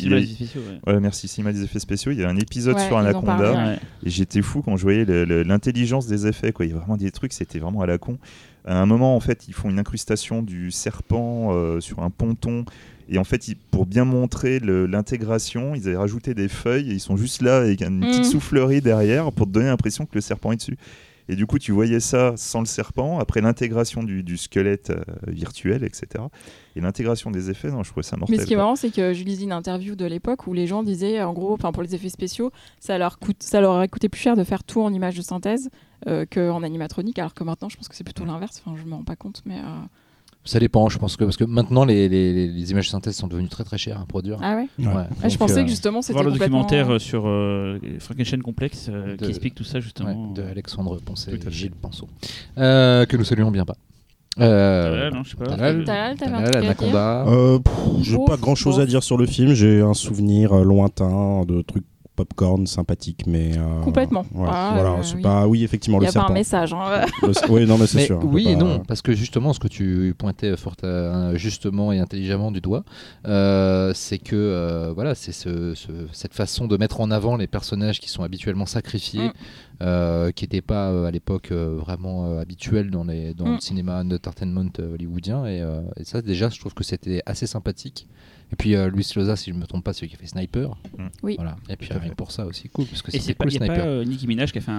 Cinéma des effets spéciaux. Il y a un épisode sur Anaconda et j'étais fou quand je voyais l'intelligence des effets, quoi. Il y a vraiment des trucs, c'était vraiment à la con. À un moment, en fait, ils font une incrustation du serpent sur un ponton. Et en fait, pour bien montrer l'intégration, ils avaient rajouté des feuilles et ils sont juste là avec une petite soufflerie derrière pour te donner l'impression que le serpent est dessus. Et du coup, tu voyais ça sans le serpent, après l'intégration du squelette virtuel, etc. Et l'intégration des effets, non, je trouvais ça mortel. Mais ce qui est marrant, c'est que je lisais une interview de l'époque où les gens disaient, en gros, pour les effets spéciaux, ça leur aurait coûté plus cher de faire tout en images de synthèse qu'en animatronique, alors que maintenant, je pense que c'est plutôt l'inverse. Enfin, je me rends pas compte, mais... Ça dépend, je pense que parce que maintenant les images de synthèse sont devenues très très chères à produire. Ah ouais. Je pensais que justement c'était voir le documentaire sur Frankenstein Complex qui explique tout ça justement. De Alexandre Poncet et Gilles Pinceau, que nous saluons bien bas. Non, je sais pas. Talal, Anaconda. J'ai pas grand chose à dire sur le film. J'ai un souvenir lointain de trucs popcorn sympathique, mais complètement. Voilà, c'est pas. Oui, effectivement, le serpent. Il y a pas un message. Oui, non, mais c'est sûr. Oui et non, parce que justement, ce que tu pointais fort justement et intelligemment du doigt, c'est que voilà, c'est cette façon de mettre en avant les personnages qui sont habituellement sacrifiés, qui n'étaient pas à l'époque vraiment habituels dans le cinéma entertainment hollywoodien, et ça déjà, je trouve que c'était assez sympathique. Et puis Luis Loza, si je ne me trompe pas, c'est celui qui a fait Sniper. Oui. Voilà. Et puis rien pour ça aussi, cool. Parce que et c'est cool, Sniper. Il n'y a pas Nicki Minaj qui a fait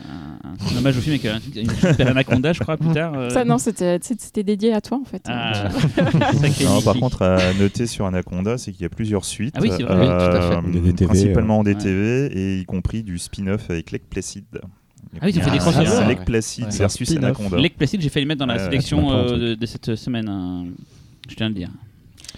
un hommage au film avec une super Anaconda, je crois, plus tard. Ça, non, c'était dédié à toi, en fait. Non, par contre, à noter sur Anaconda, c'est qu'il y a plusieurs suites. Ah oui, c'est vrai. tout à fait. Principalement en DTV, et y compris du spin-off avec Lake Placid. Ah oui, ils ont fait des crossovers. Lake Placid versus Anaconda. Lake Placid, j'ai failli le mettre dans la sélection de cette semaine. Je tiens à le dire.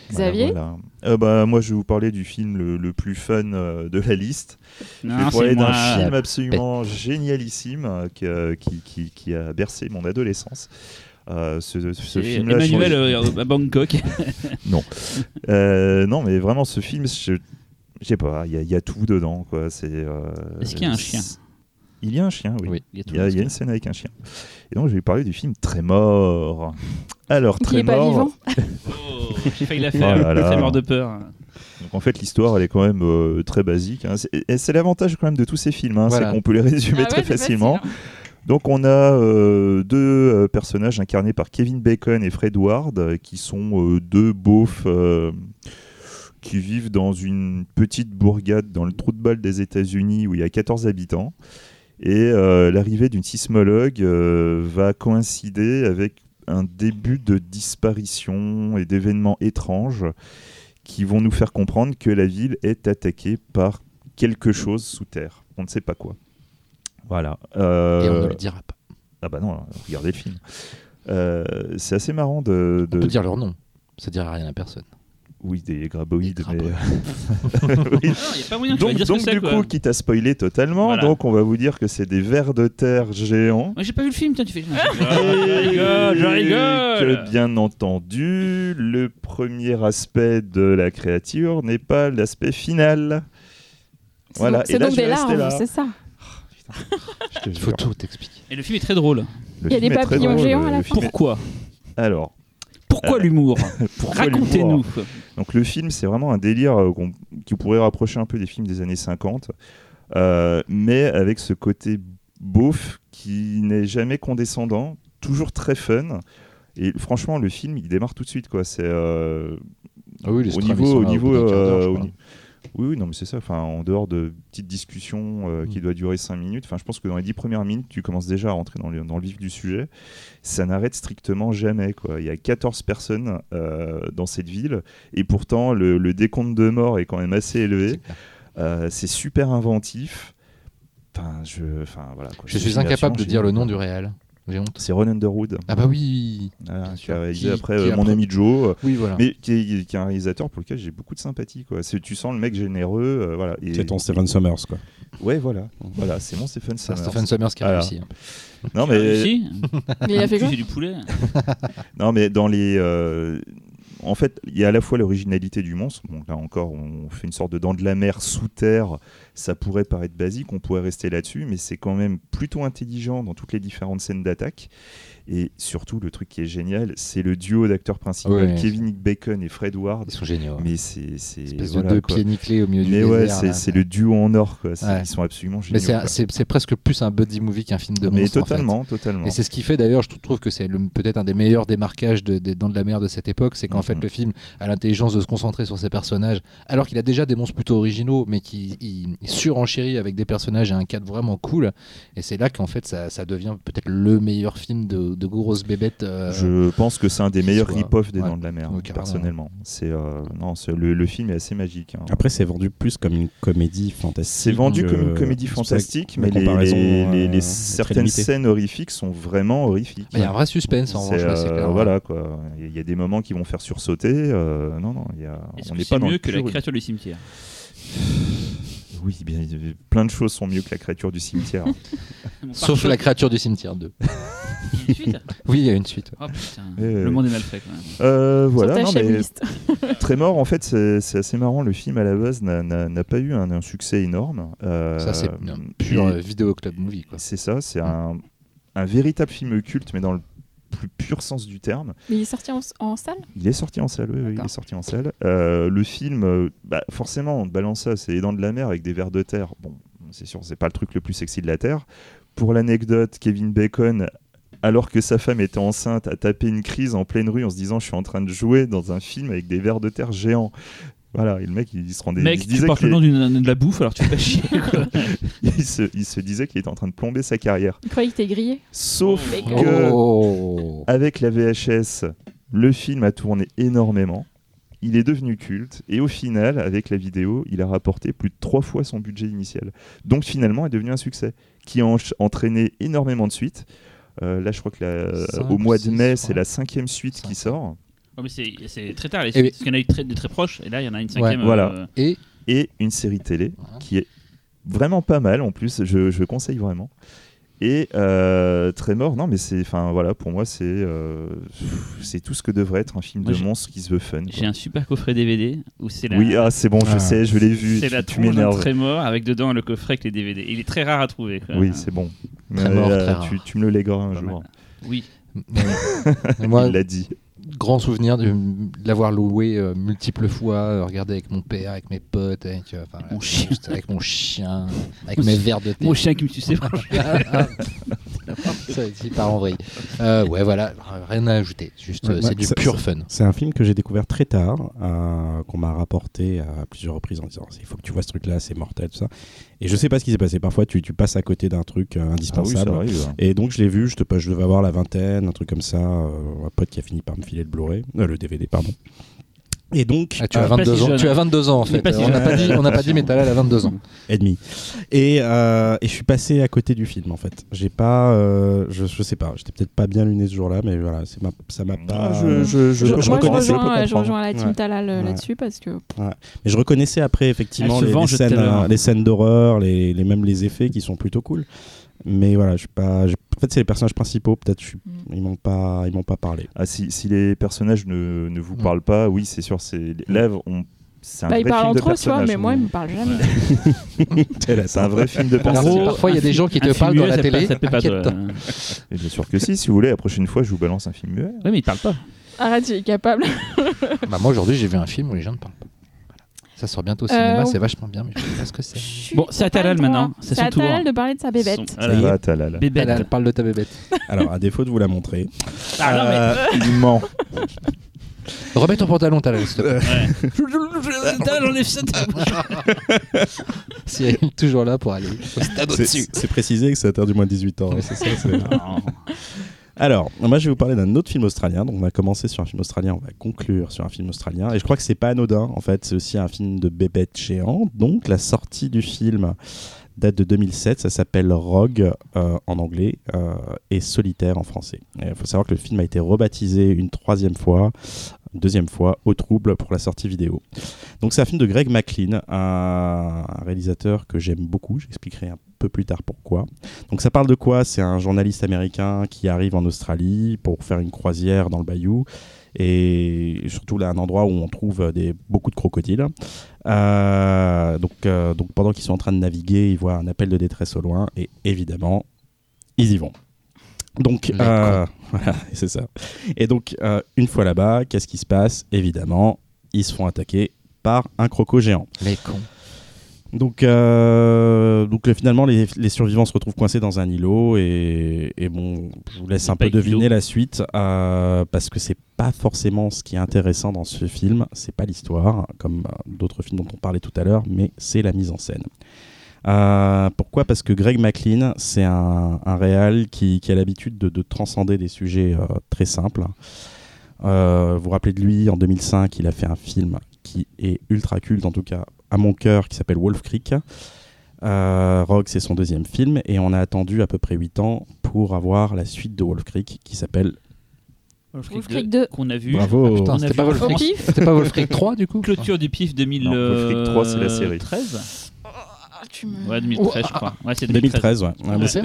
Xavier, moi je vais vous parler du film le plus fun de la liste. Non, je vais parler d'un moi. film absolument génialissime qui a bercé mon adolescence. Ce film-là, Emmanuel à Bangkok. Non, non, mais vraiment ce film, je sais pas, il y a tout dedans, quoi. Est-ce qu'il y a un chien? Il y a un chien, oui. Il y a une scène avec un chien. Et donc je vais parler du film Trémor. Alors qui n'est pas vivant. J'ai failli la faire. Trémor de peur. Donc en fait l'histoire elle est quand même très basique. Hein. C'est l'avantage quand même de tous ces films, hein, c'est qu'on peut les résumer très facilement. Facile, hein. Donc on a deux personnages incarnés par Kevin Bacon et Fred Ward qui sont deux beaufs qui vivent dans une petite bourgade dans le trou de balle des États-Unis où il y a 14 habitants. Et l'arrivée d'une sismologue va coïncider avec un début de disparition et d'événements étranges qui vont nous faire comprendre que la ville est attaquée par quelque chose sous terre. On ne sait pas quoi. Voilà. Et on ne le dira pas. Ah bah non, regardez le film. C'est assez marrant de... On peut dire leur nom, ça ne dira rien à personne. Oui, des graboïdes. Mais... oui. Il n'y a pas moyen que tu vas dire donc ce que c'est, du coup, quitte à spoiler totalement, voilà. Donc on va vous dire que c'est des vers de terre géants. Moi j'ai pas vu le film, tiens, tu fais... Je rigole. Que bien entendu, le premier aspect de la créature n'est pas l'aspect final. Voilà. C'est donc des larves, c'est ça. Il faut tout t'expliquer. Et le film est très drôle. Il y a des papillons géants à la fin. Pourquoi ? Alors... Pourquoi l'humour ? Racontez-nous. Donc le film, c'est vraiment un délire qui pourrait rapprocher un peu des films des années 50, mais avec ce côté beauf qui n'est jamais condescendant, toujours très fun. Et franchement, le film, il démarre tout de suite, quoi. C'est Oui, non, mais c'est ça. Enfin, en dehors de petites discussions qui doivent durer 5 minutes, enfin, je pense que dans les 10 premières minutes, tu commences déjà à rentrer dans le vif du sujet. Ça n'arrête strictement jamais, quoi. Il y a 14 personnes dans cette ville, et pourtant, le décompte de morts est quand même assez élevé. C'est super inventif. Voilà, quoi. Je suis incapable de dire le nom du réal. J'ai honte. C'est Ron Underwood. Ah bah oui. Voilà, qui a réalisé après Mon ami Joe. Oui, voilà. Mais qui est un réalisateur pour lequel j'ai beaucoup de sympathie, quoi. Tu sens le mec généreux, voilà. Et c'est ton Stephen Sommers, quoi. Ouais, voilà, c'est mon Stephen Sommers. Stephen Sommers qui a réussi. Non mais il a fait quoi ? J'ai du poulet. Non mais dans les en fait, il y a à la fois l'originalité du monstre. Bon, là encore, on fait une sorte de dent de la mer sous terre. Ça pourrait paraître basique, on pourrait rester là-dessus, mais c'est quand même plutôt intelligent dans toutes les différentes scènes d'attaque. Et surtout, le truc qui est génial, c'est le duo d'acteurs principaux, Kevin Bacon et Fred Ward. Ils sont géniaux. Mais c'est espèce de deux pieds nickelés au milieu du désert. Mais ouais, c'est le duo en or, quoi. Ils sont absolument géniaux. Mais c'est presque plus un buddy movie qu'un film de monstre. Mais totalement, totalement. Et c'est ce qui fait d'ailleurs, je trouve que c'est peut-être un des meilleurs démarquages des Dents de la Mer de cette époque, c'est qu'en fait le film a l'intelligence de se concentrer sur ses personnages, alors qu'il a déjà des monstres plutôt originaux, mais qui surenchérit avec des personnages et un cadre vraiment cool. Et c'est là qu'en fait ça devient peut-être le meilleur film de grosses bébêtes. Je pense que c'est un des meilleurs rip-off des Dents de la Mer, personnellement. Le film est assez magique. Hein. Après, c'est vendu plus comme une comédie fantastique. C'est vendu comme une comédie fantastique, mais les certaines scènes horrifiques sont vraiment horrifiques. Il y a un vrai suspense en revanche, c'est clair. Voilà, quoi. Il y a des moments qui vont faire sursauter. Non, on n'est pas mieux que la créature du cimetière. Oui, bien, plein de choses sont mieux que la créature du cimetière. Sauf la créature du cimetière 2. Il y a une suite ? Oui, il y a une suite. Oh putain, le monde est mal fait quand même. Voilà, non, mais Trémor, en fait, c'est assez marrant. Le film à la base n'a pas eu un succès énorme. Ça, c'est pur vidéo club movie, quoi. C'est ça, c'est un véritable film culte, mais dans le plus pur sens du terme. Mais il est sorti en salle ? Il est sorti en salle, oui, il est sorti en salle. Le film, forcément, on te balance ça, c'est les Dents de la Mer avec des vers de terre. Bon, c'est sûr, c'est pas le truc le plus sexy de la Terre. Pour l'anecdote, Kevin Bacon, alors que sa femme était enceinte, a tapé une crise en pleine rue en se disant « Je suis en train de jouer dans un film avec des vers de terre géants ». Voilà, et le mec, il se rendait... Mec, tu portes le nom de la bouffe, alors tu fais pas chier, quoi. il se disait qu'il était en train de plomber sa carrière. Il croyait qu'il était grillé. Sauf que, avec la VHS, le film a tourné énormément. Il est devenu culte. Et au final, avec la vidéo, il a rapporté plus de 3 fois son budget initial. Donc finalement, il est devenu un succès qui a entraîné énormément de suites. Là, je crois que au mois de mai, c'est la 5e suite qui sort. Oh, mais c'est très tard, parce qu'il y en a eu de très proches, et là il y en a une cinquième. Voilà. Et une série télé qui est vraiment pas mal en plus, je conseille vraiment. Et Tremor, non mais pour moi c'est tout ce que devrait être un film de monstre qui se veut fun. J'ai un super coffret DVD où c'est Oui, c'est bon, je sais, je l'ai vu. C'est la tronche d'un Tremor avec dedans le coffret avec les DVD. Il est très rare à trouver. Oui, c'est bon. Tremor, très rare. Tu me le légueras un jour. Oui. Moi, il l'a dit. Grand souvenir de l'avoir loué multiples fois, regarder avec mon père, avec mes potes, avec mon chien, avec mes verres de thé. Mon chien qui me suçait. Il part en vrille. Ouais, voilà, rien à ajouter. C'est du pur fun. C'est un film que j'ai découvert très tard, qu'on m'a rapporté à plusieurs reprises en disant il faut que tu vois ce truc-là, c'est mortel, tout ça. Et je sais pas ce qui s'est passé. Parfois, tu passes à côté d'un truc indispensable. Ah oui, ça arrive. Et donc, je l'ai vu. Je devais avoir la vingtaine, un truc comme ça. Un pote qui a fini par me filer le Blu-ray, le DVD, pardon. Et donc, tu as 22 ans. Tu as 22 ans en fait. On n'a pas dit, mais t'as là, elle a 22 ans et demi. Et je suis passé à côté du film en fait. J'ai pas, je sais pas. J'étais peut-être pas bien luné ce jour-là, mais voilà, ça m'a pas. Je rejoins la team Talal là-dessus parce que. Ouais. Mais je reconnaissais après effectivement les scènes d'horreur, même les effets qui sont plutôt cool. Mais voilà, je suis pas. En fait, c'est les personnages principaux. Peut-être ils m'ont pas parlé. Ah, si les personnages ne vous parlent pas, oui, c'est sûr. C'est lèvres. C'est un vrai ils parlent film de entre eux, tu vois, personnages. mais moi, ils me parlent jamais. C'est un vrai film de personnages. Parfois, il y a des gens qui te parlent dans la télé. Et bien sûr que si vous voulez, la prochaine fois, je vous balance un film muet. Oui, mais ils parlent pas. Arrête, tu es capable. Moi, aujourd'hui, j'ai vu un film où les gens ne parlent pas. Ça sort bientôt au cinéma, c'est vachement bien, mais je sais pas ce que c'est. Bon, c'est à Talal maintenant. C'est à Talal de parler de sa bébête. Talal, parle de ta bébête. Alors, à défaut de vous la montrer. Il ment. Remets ton pantalon, Talal, s'il te plaît. Talal, j'en ai fait ça. Cyril est toujours là pour aller au stade au-dessus. C'est précisé que c'est interdit moins de 18 ans. C'est ça. Alors, moi je vais vous parler d'un autre film australien. Donc on a commencé sur un film australien, on va conclure sur un film australien. Et je crois que c'est pas anodin, en fait, c'est aussi un film de bébête géant. Donc la sortie du film date de 2007, ça s'appelle Rogue en anglais et Solitaire en français. Il faut savoir que le film a été rebaptisé une deuxième fois au trouble pour la sortie vidéo. Donc c'est un film de Greg McLean, un réalisateur que j'aime beaucoup, j'expliquerai un peu plus tard pourquoi. Donc ça parle de quoi ? C'est un journaliste américain qui arrive en Australie pour faire une croisière dans le bayou et surtout là un endroit où on trouve beaucoup de crocodiles. Donc pendant qu'ils sont en train de naviguer, ils voient un appel de détresse au loin et évidemment ils y vont. Donc voilà, c'est ça. Et donc une fois là-bas, qu'est-ce qui se passe ? Évidemment, ils se font attaquer par un croco géant. Les cons. Donc finalement, les survivants se retrouvent coincés dans un îlot et bon, je vous laisse un peu deviner la suite parce que c'est pas forcément ce qui est intéressant dans ce film. C'est pas l'histoire, comme d'autres films dont on parlait tout à l'heure, mais c'est la mise en scène. Pourquoi ? Parce que Greg McLean, c'est un réal qui a l'habitude de transcender des sujets très simples. Vous vous rappelez de lui, en 2005, il a fait un film qui est ultra culte, en tout cas à mon cœur, qui s'appelle Wolf Creek. Rogue, c'est son deuxième film, et on a attendu à peu près 8 ans pour avoir la suite de Wolf Creek, qui s'appelle Wolf Creek 2 qu'on a vu. Bravo. Putain, c'était pas Wolf Creek 3 du coup. Clôture du PIF 2013. Wolf Creek 3, c'est la série. Ouais, 2013, je crois. Ouais, c'est 2013, ouais.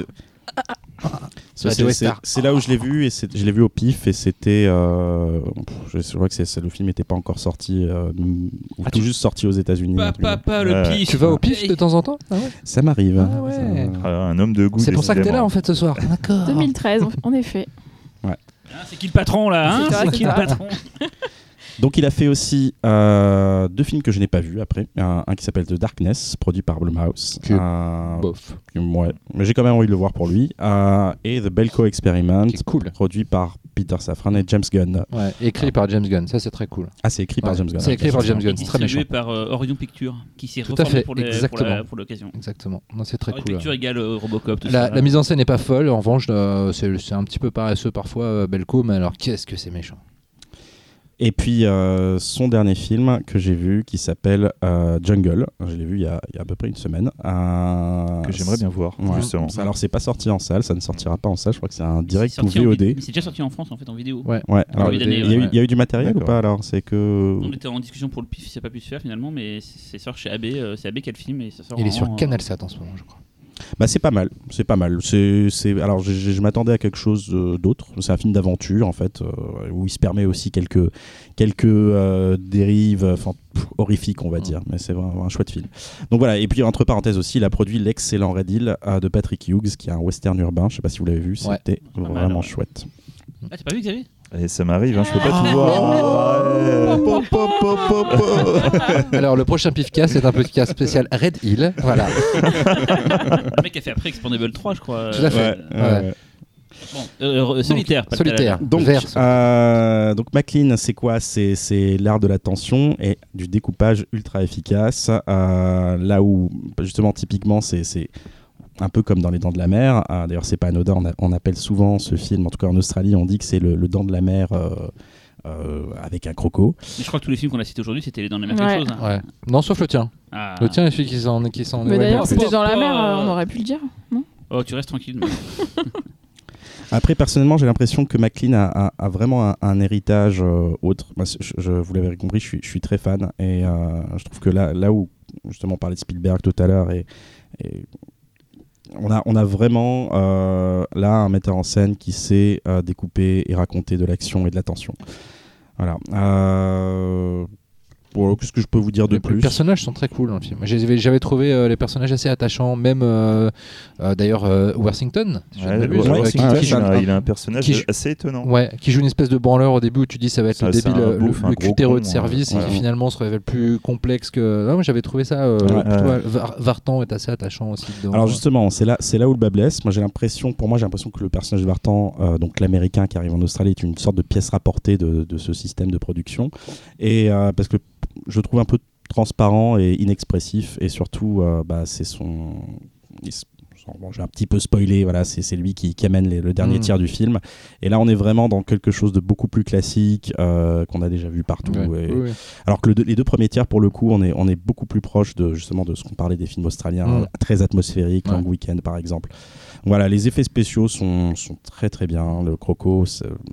C'est là où je l'ai vu, et je l'ai vu au PIF, et c'était. Je crois que le film n'était pas encore sorti, ou tout juste sorti aux États-Unis. Pas le PIF. Tu vas au PIF de temps en temps ? Ça m'arrive. Ah ouais. Un homme de goût. C'est pour ça que t'es là en fait ce soir. D'accord. 2013, en effet. Ouais. C'est qui le patron là, hein ? C'est qui le patron ? Donc il a fait aussi 2 films que je n'ai pas vus après. Un qui s'appelle The Darkness, produit par Blumhouse. Bof. Ouais, mais j'ai quand même envie de le voir pour lui. Et The Belko Experiment, cool. produit par Peter Safran et James Gunn. Ouais, écrit par James Gunn, ça c'est très cool. Ah, c'est écrit par James Gunn. C'est écrit par James Gunn, c'est très méchant. Distribué par Orion Pictures, qui s'est tout à fait, reformé pour l'occasion. Exactement, non, c'est très Orion cool. Pictures égale Robocop. Tout la mise en scène n'est pas folle, en revanche, c'est un petit peu paresseux parfois, Belko, mais alors qu'est-ce que c'est méchant. Et puis son dernier film que j'ai vu qui s'appelle Jungle, je l'ai vu il y a à peu près une semaine. Que j'aimerais bien voir, justement. Alors c'est pas sorti en salle, ça ne sortira pas en salle, je crois que c'est un direct ou VOD. C'est déjà sorti en France en fait en vidéo. Ouais. Alors, il y a eu du matériel ou pas alors c'est que... On était en discussion pour le pif, ça n'a pas pu se faire finalement, mais c'est sort chez AB, c'est AB qui a le film et ça sort. Il est sur Canal7 en ce moment je crois. Bah c'est pas mal. Alors je m'attendais à quelque chose d'autre. C'est un film d'aventure en fait où il se permet aussi quelques dérives horrifiques on va dire. Mais c'est vraiment un chouette film. Donc voilà. Et puis entre parenthèses aussi, il a produit l'excellent Red Hill de Patrick Hughes qui est un western urbain. Je sais pas si vous l'avez vu. C'était vraiment chouette. Ah t'as pas vu Xavier? Et ça m'arrive, je peux pas tout voir. Alors le prochain Pifcast c'est un podcast spécial Red Hill. Voilà. Le mec a fait après Expandable 3 je crois. Tout à fait. Ouais. Bon, solitaire. Donc McLean, c'est quoi ? C'est l'art de la tension et du découpage ultra efficace. Là où justement typiquement c'est un peu comme dans Les Dents de la Mer. D'ailleurs, c'est pas anodin. On appelle souvent ce film, en tout cas en Australie, on dit que c'est le Dents de la Mer avec un croco. Mais je crois que tous les films qu'on a cités aujourd'hui, c'était Les Dents de la Mer quelque chose. Hein. Ouais. Non, sauf le tien. Le tien est celui qui s'en Mais d'ailleurs, c'était dans la mer, on aurait pu le dire, non ? Oh, tu restes tranquille. Après, personnellement, j'ai l'impression que McLean a vraiment un héritage autre. Moi, vous l'avez compris, je suis très fan. Et je trouve que là où, justement, on parlait de Spielberg tout à l'heure, et on a vraiment là un metteur en scène qui sait découper et raconter de l'action et de la tension. Voilà. Bon, qu'est-ce que je peux vous dire de plus ? Les personnages sont très cool dans le film. J'avais trouvé les personnages assez attachants, même d'ailleurs Worthington. Il a un personnage assez étonnant. Ouais, qui joue une espèce de branleur au début où tu dis ça va être le débile, le cutéreux de service et qui finalement se révèle plus complexe que. Non, moi j'avais trouvé ça. Vartan est assez attachant aussi dedans. Alors justement, c'est là où le bas blesse. Moi j'ai l'impression que le personnage de Vartan, donc l'américain qui arrive en Australie, est une sorte de pièce rapportée de ce système de production. Et parce que je trouve un peu transparent et inexpressif et surtout c'est son j'ai un petit peu spoilé, voilà, c'est lui qui amène le dernier tiers du film et là on est vraiment dans quelque chose de beaucoup plus classique qu'on a déjà vu partout alors que les deux premiers tiers pour le coup on est beaucoup plus proche de justement de ce qu'on parlait des films australiens très atmosphériques, Long Weekend par exemple. Voilà, les effets spéciaux sont très très bien, le croco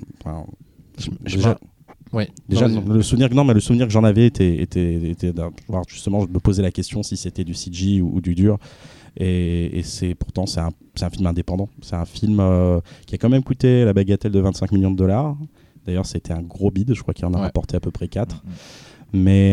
déjà le souvenir que j'en avais était d'avoir justement, je me posais la question si c'était du CG ou du dur et c'est un film indépendant, c'est un film qui a quand même coûté la bagatelle de 25 millions de dollars. D'ailleurs c'était un gros bid, je crois qu'il en a rapporté à peu près 4. Mais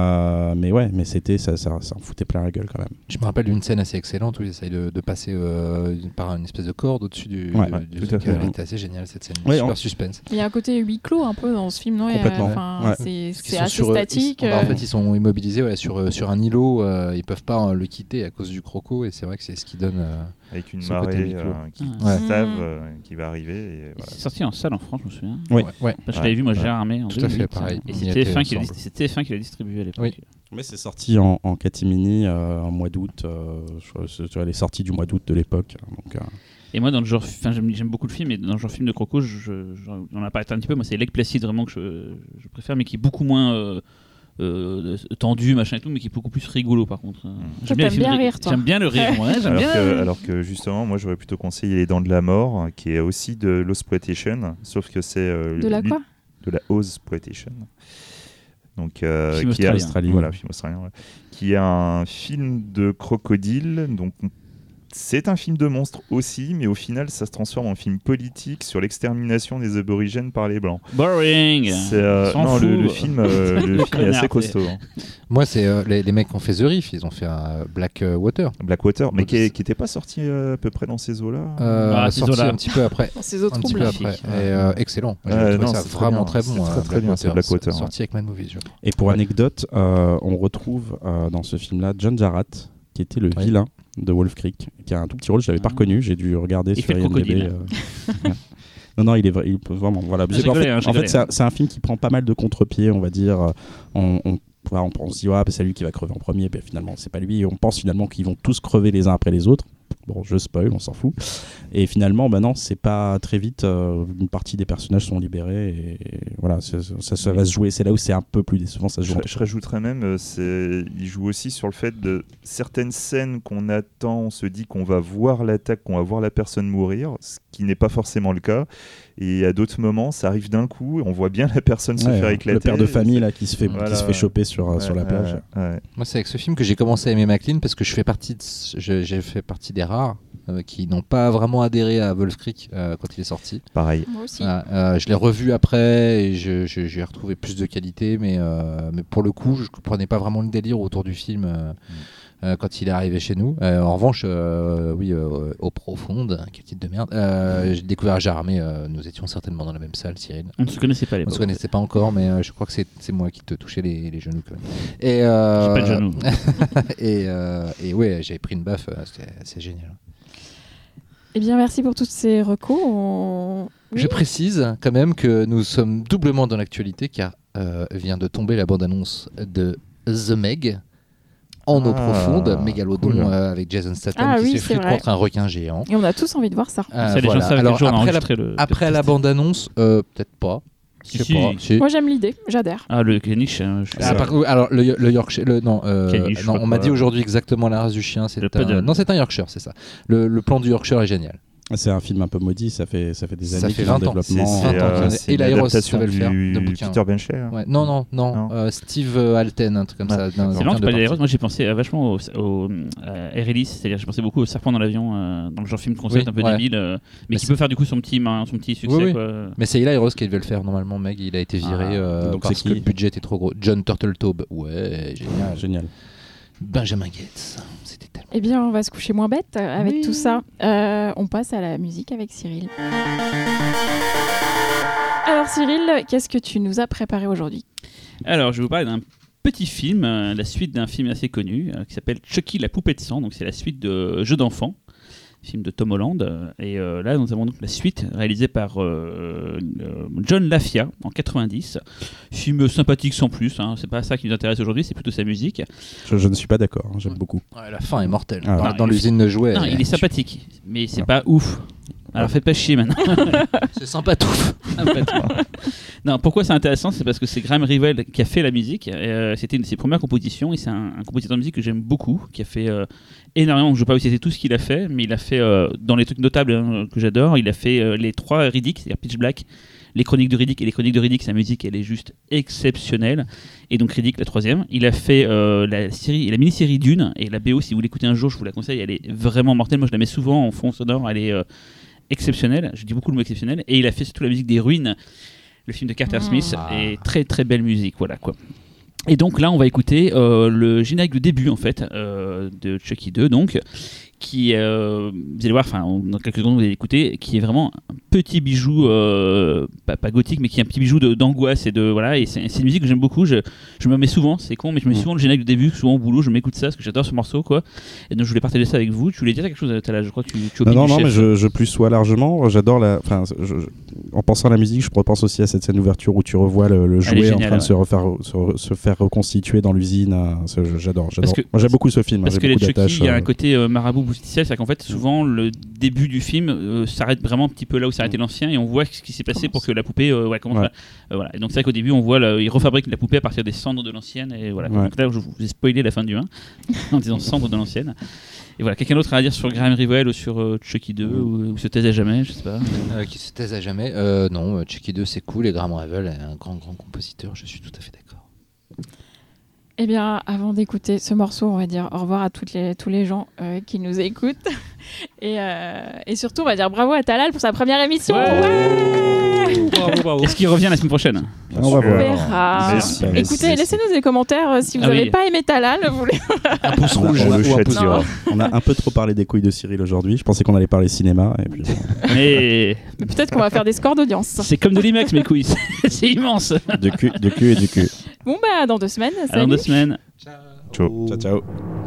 c'était ça en foutait plein la gueule quand même. Je me rappelle d'une scène assez excellente où il essaye de passer par une espèce de corde au-dessus du truc. Elle était assez géniale cette scène, super suspense. Il y a un côté huis clos un peu dans ce film, non ? Complètement. C'est assez statique. En fait, ils sont immobilisés sur un îlot, ils peuvent pas le quitter à cause du croco et c'est vrai que c'est ce qui donne. Avec une marée qui qui va arriver. Et voilà. C'est sorti en salle en France, je me souviens. Oui. Je l'avais vu moi Gérardmer en tout à fait pareil. Et c'est TF1 qui l'a distribué à l'époque. Oui. Mais c'est sorti en catimini en mois d'août. Elle est sortie du mois d'août de l'époque. Donc, et moi, dans le genre, j'aime beaucoup le film, et dans le genre film de croco, j'en ai parlé un petit peu. Moi, c'est Lake Placid vraiment que je préfère, mais qui est beaucoup moins tendu, machin et tout, mais qui est beaucoup plus rigolo par contre. J'aime bien rire, toi. J'aime bien le rire, moi. Alors que justement, moi, j'aurais plutôt conseillé Les Dents de la Mort, qui est aussi de l'Osploitation, sauf que c'est de la quoi ? De la Ozploitation. Donc, film qui est australien. Voilà, film australien, qui est un film de crocodile. Donc, c'est un film de monstre aussi, mais au final, ça se transforme en film politique sur l'extermination des aborigènes par les blancs. Boring. Le film est assez costaud. Moi, c'est les mecs qui ont fait The Reef, ils ont fait un Blackwater, mais qui n'était pas sorti à peu près dans ces eaux-là. Sorti un petit peu après. Dans ces eaux troubles. Excellent. J'ai trouvé ça vraiment très bon. C'est très bien, c'est Blackwater. Sorti avec Mad Movies, je crois. Et pour anecdote, on retrouve dans ce film-là John Jarratt, qui était le vilain de Wolf Creek, qui a un tout petit rôle, je l'avais pas reconnu, j'ai dû regarder sur IMDb. Non, il est vraiment voilà. En fait, c'est un film qui prend pas mal de contre-pied, on va dire. On se dit c'est lui qui va crever en premier, puis finalement c'est pas lui. On pense finalement qu'ils vont tous crever les uns après les autres. Bon, je spoil, on s'en fout. Et finalement, non, c'est pas très vite. Une partie des personnages sont libérés et voilà, ça va se jouer. C'est là où c'est un peu plus décevant. Ça se joue. Je rajouterais même, il joue aussi sur le fait de certaines scènes qu'on attend, on se dit qu'on va voir l'attaque, qu'on va voir la personne mourir, ce qui n'est pas forcément le cas. Et à d'autres moments, ça arrive d'un coup, on voit bien la personne se faire éclater. Le père de famille là, qui se fait choper sur la plage. Moi, c'est avec ce film que j'ai commencé à aimer McLean parce que j'ai fait partie des rares qui n'ont pas vraiment adhéré à Wolf Creek quand il est sorti. Pareil. Moi aussi. Je l'ai revu après et j'ai retrouvé plus de qualité, mais pour le coup, je ne comprenais pas vraiment le délire autour du film. Quand il est arrivé chez nous. En revanche, Eau profonde, quel titre de merde. J'ai découvert Gérard Armé, nous étions certainement dans la même salle, Cyril. On ne se connaissait pas à l'époque. On ne se connaissait pas encore, mais je crois que c'est moi qui te touchais les genoux quand même. J'ai pas de genoux. et ouais, j'avais pris une baffe, c'est génial. Eh bien, merci pour toutes ces recos. Je précise quand même que nous sommes doublement dans l'actualité car vient de tomber la bande-annonce de The Meg. En eau profonde, mégalodon cool. Avec Jason Statham qui se flûte contre un requin géant. Et on a tous envie de voir ça. Voilà. Alors, après la bande-annonce, peut-être pas. Si. Moi j'aime l'idée, j'adhère. Le caniche. Alors le Yorkshire, on m'a dit aujourd'hui exactement la race du chien. C'est un Yorkshire, c'est ça. Le plan du Yorkshire est génial. C'est un film un peu maudit, ça fait des années qu'il est en développement. C'est l'adaptation du Peter Benchley. Ouais. Non. Steve Alten, un truc comme ça. C'est marrant que tu parles Moi j'ai pensé vachement au Air Ellis, c'est-à-dire j'ai pensé beaucoup au serpent dans l'avion, dans le genre film concept un peu débile, mais qui peut faire du coup son petit succès. Oui. Quoi. Mais c'est Eli Roth qui devait le faire normalement, Meg. Il a été viré parce que le budget était trop gros. John Turtletaube, ouais, génial. Benjamin Gates, c'était tellement... Eh bien, on va se coucher moins bête avec tout ça. On passe à la musique avec Cyril. Alors Cyril, qu'est-ce que tu nous as préparé aujourd'hui ? Alors, je vais vous parler d'un petit film, la suite d'un film assez connu, qui s'appelle Chucky la poupée de sang. Donc c'est la suite de Jeux d'enfants, film de Tom Holland. Et là, nous avons donc la suite réalisée par John Lafia en 90. Film sympathique sans plus, hein. C'est pas ça qui nous intéresse aujourd'hui, c'est plutôt sa musique. Je ne suis pas d'accord, j'aime beaucoup. Ouais, la fin est mortelle. Dans l'usine de jouets. Non, il est sympathique, mais c'est pas ouf. Alors faites pas chier maintenant. C'est sympa tout. Non, pourquoi c'est intéressant ? C'est parce que c'est Graham Revell qui a fait la musique. C'était une de ses premières compositions et c'est un compositeur de musique que j'aime beaucoup, qui a fait énormément. Je ne vais pas citer tout ce qu'il a fait, mais il a fait dans les trucs notables que j'adore. Il a fait les 3 Riddick, c'est-à-dire Pitch Black, les Chroniques de Riddick et les Chroniques de Riddick. Sa musique, elle est juste exceptionnelle. Et donc Riddick, la 3e. Il a fait la mini-série Dune et la BO. Si vous l'écoutez un jour, je vous la conseille. Elle est vraiment mortelle. Moi, je la mets souvent en fond sonore. Elle est exceptionnel, je dis beaucoup le mot exceptionnel, et il a fait surtout la musique des Ruines, le film de Carter Smith, et très très belle musique, voilà quoi. Et donc là on va écouter le générique de début en fait de Chucky 2 donc, qui vous allez voir, dans quelques secondes vous allez écouter, qui est vraiment un petit bijou, pas gothique, mais qui est un petit bijou d'angoisse et et c'est une musique que j'aime beaucoup. Je me mets souvent, c'est con, mais je me mets souvent le générique de début, souvent au boulot, je m'écoute ça parce que j'adore ce morceau quoi. Et donc je voulais partager ça avec vous. Tu voulais dire quelque chose tout à l'heure, je crois que tu Non, mais je plus sois largement. J'adore en pensant à la musique, je repense aussi à cette scène d'ouverture où tu revois le jouet géniale, en train de se faire reconstituer dans l'usine. J'adore. Moi j'aime beaucoup ce film. Parce que les Chucky, il y a un côté marabout bouticiel, c'est qu'en fait souvent le début du film s'arrête vraiment un petit peu là où s'arrêtait l'ancien et on voit ce qui s'est passé pour que la poupée voilà. Et donc c'est vrai qu'au début on voit il refabrique la poupée à partir des cendres de l'ancienne et voilà. Donc là je vous ai spoilé la fin du 1 en disant cendres de l'ancienne. Et voilà, quelqu'un d'autre à dire sur Graham Revell ou sur Chucky 2 ou se taise à jamais, je sais pas. Qui se taise à jamais non, Chucky 2 c'est cool et Graham Revell est un grand compositeur, je suis tout à fait d'accord. Eh bien, avant d'écouter ce morceau, on va dire au revoir à tous les gens qui nous écoutent. Et surtout, on va dire bravo à Talal pour sa première émission. Ouais bravo. Est-ce qu'il revient la semaine prochaine ? On va voir. Écoutez, laissez-nous des commentaires si vous n'avez pas aimé Talal. Un pouce rouge ou un pouce noir. On a un peu trop parlé des couilles de Cyril aujourd'hui. Je pensais qu'on allait parler cinéma. Et puis... Mais peut-être qu'on va faire des scores d'audience. C'est comme de l'IMAX, mes couilles. C'est immense. De cul et du cul. Bon, dans 2 semaines. Dans 2 semaines. Ciao.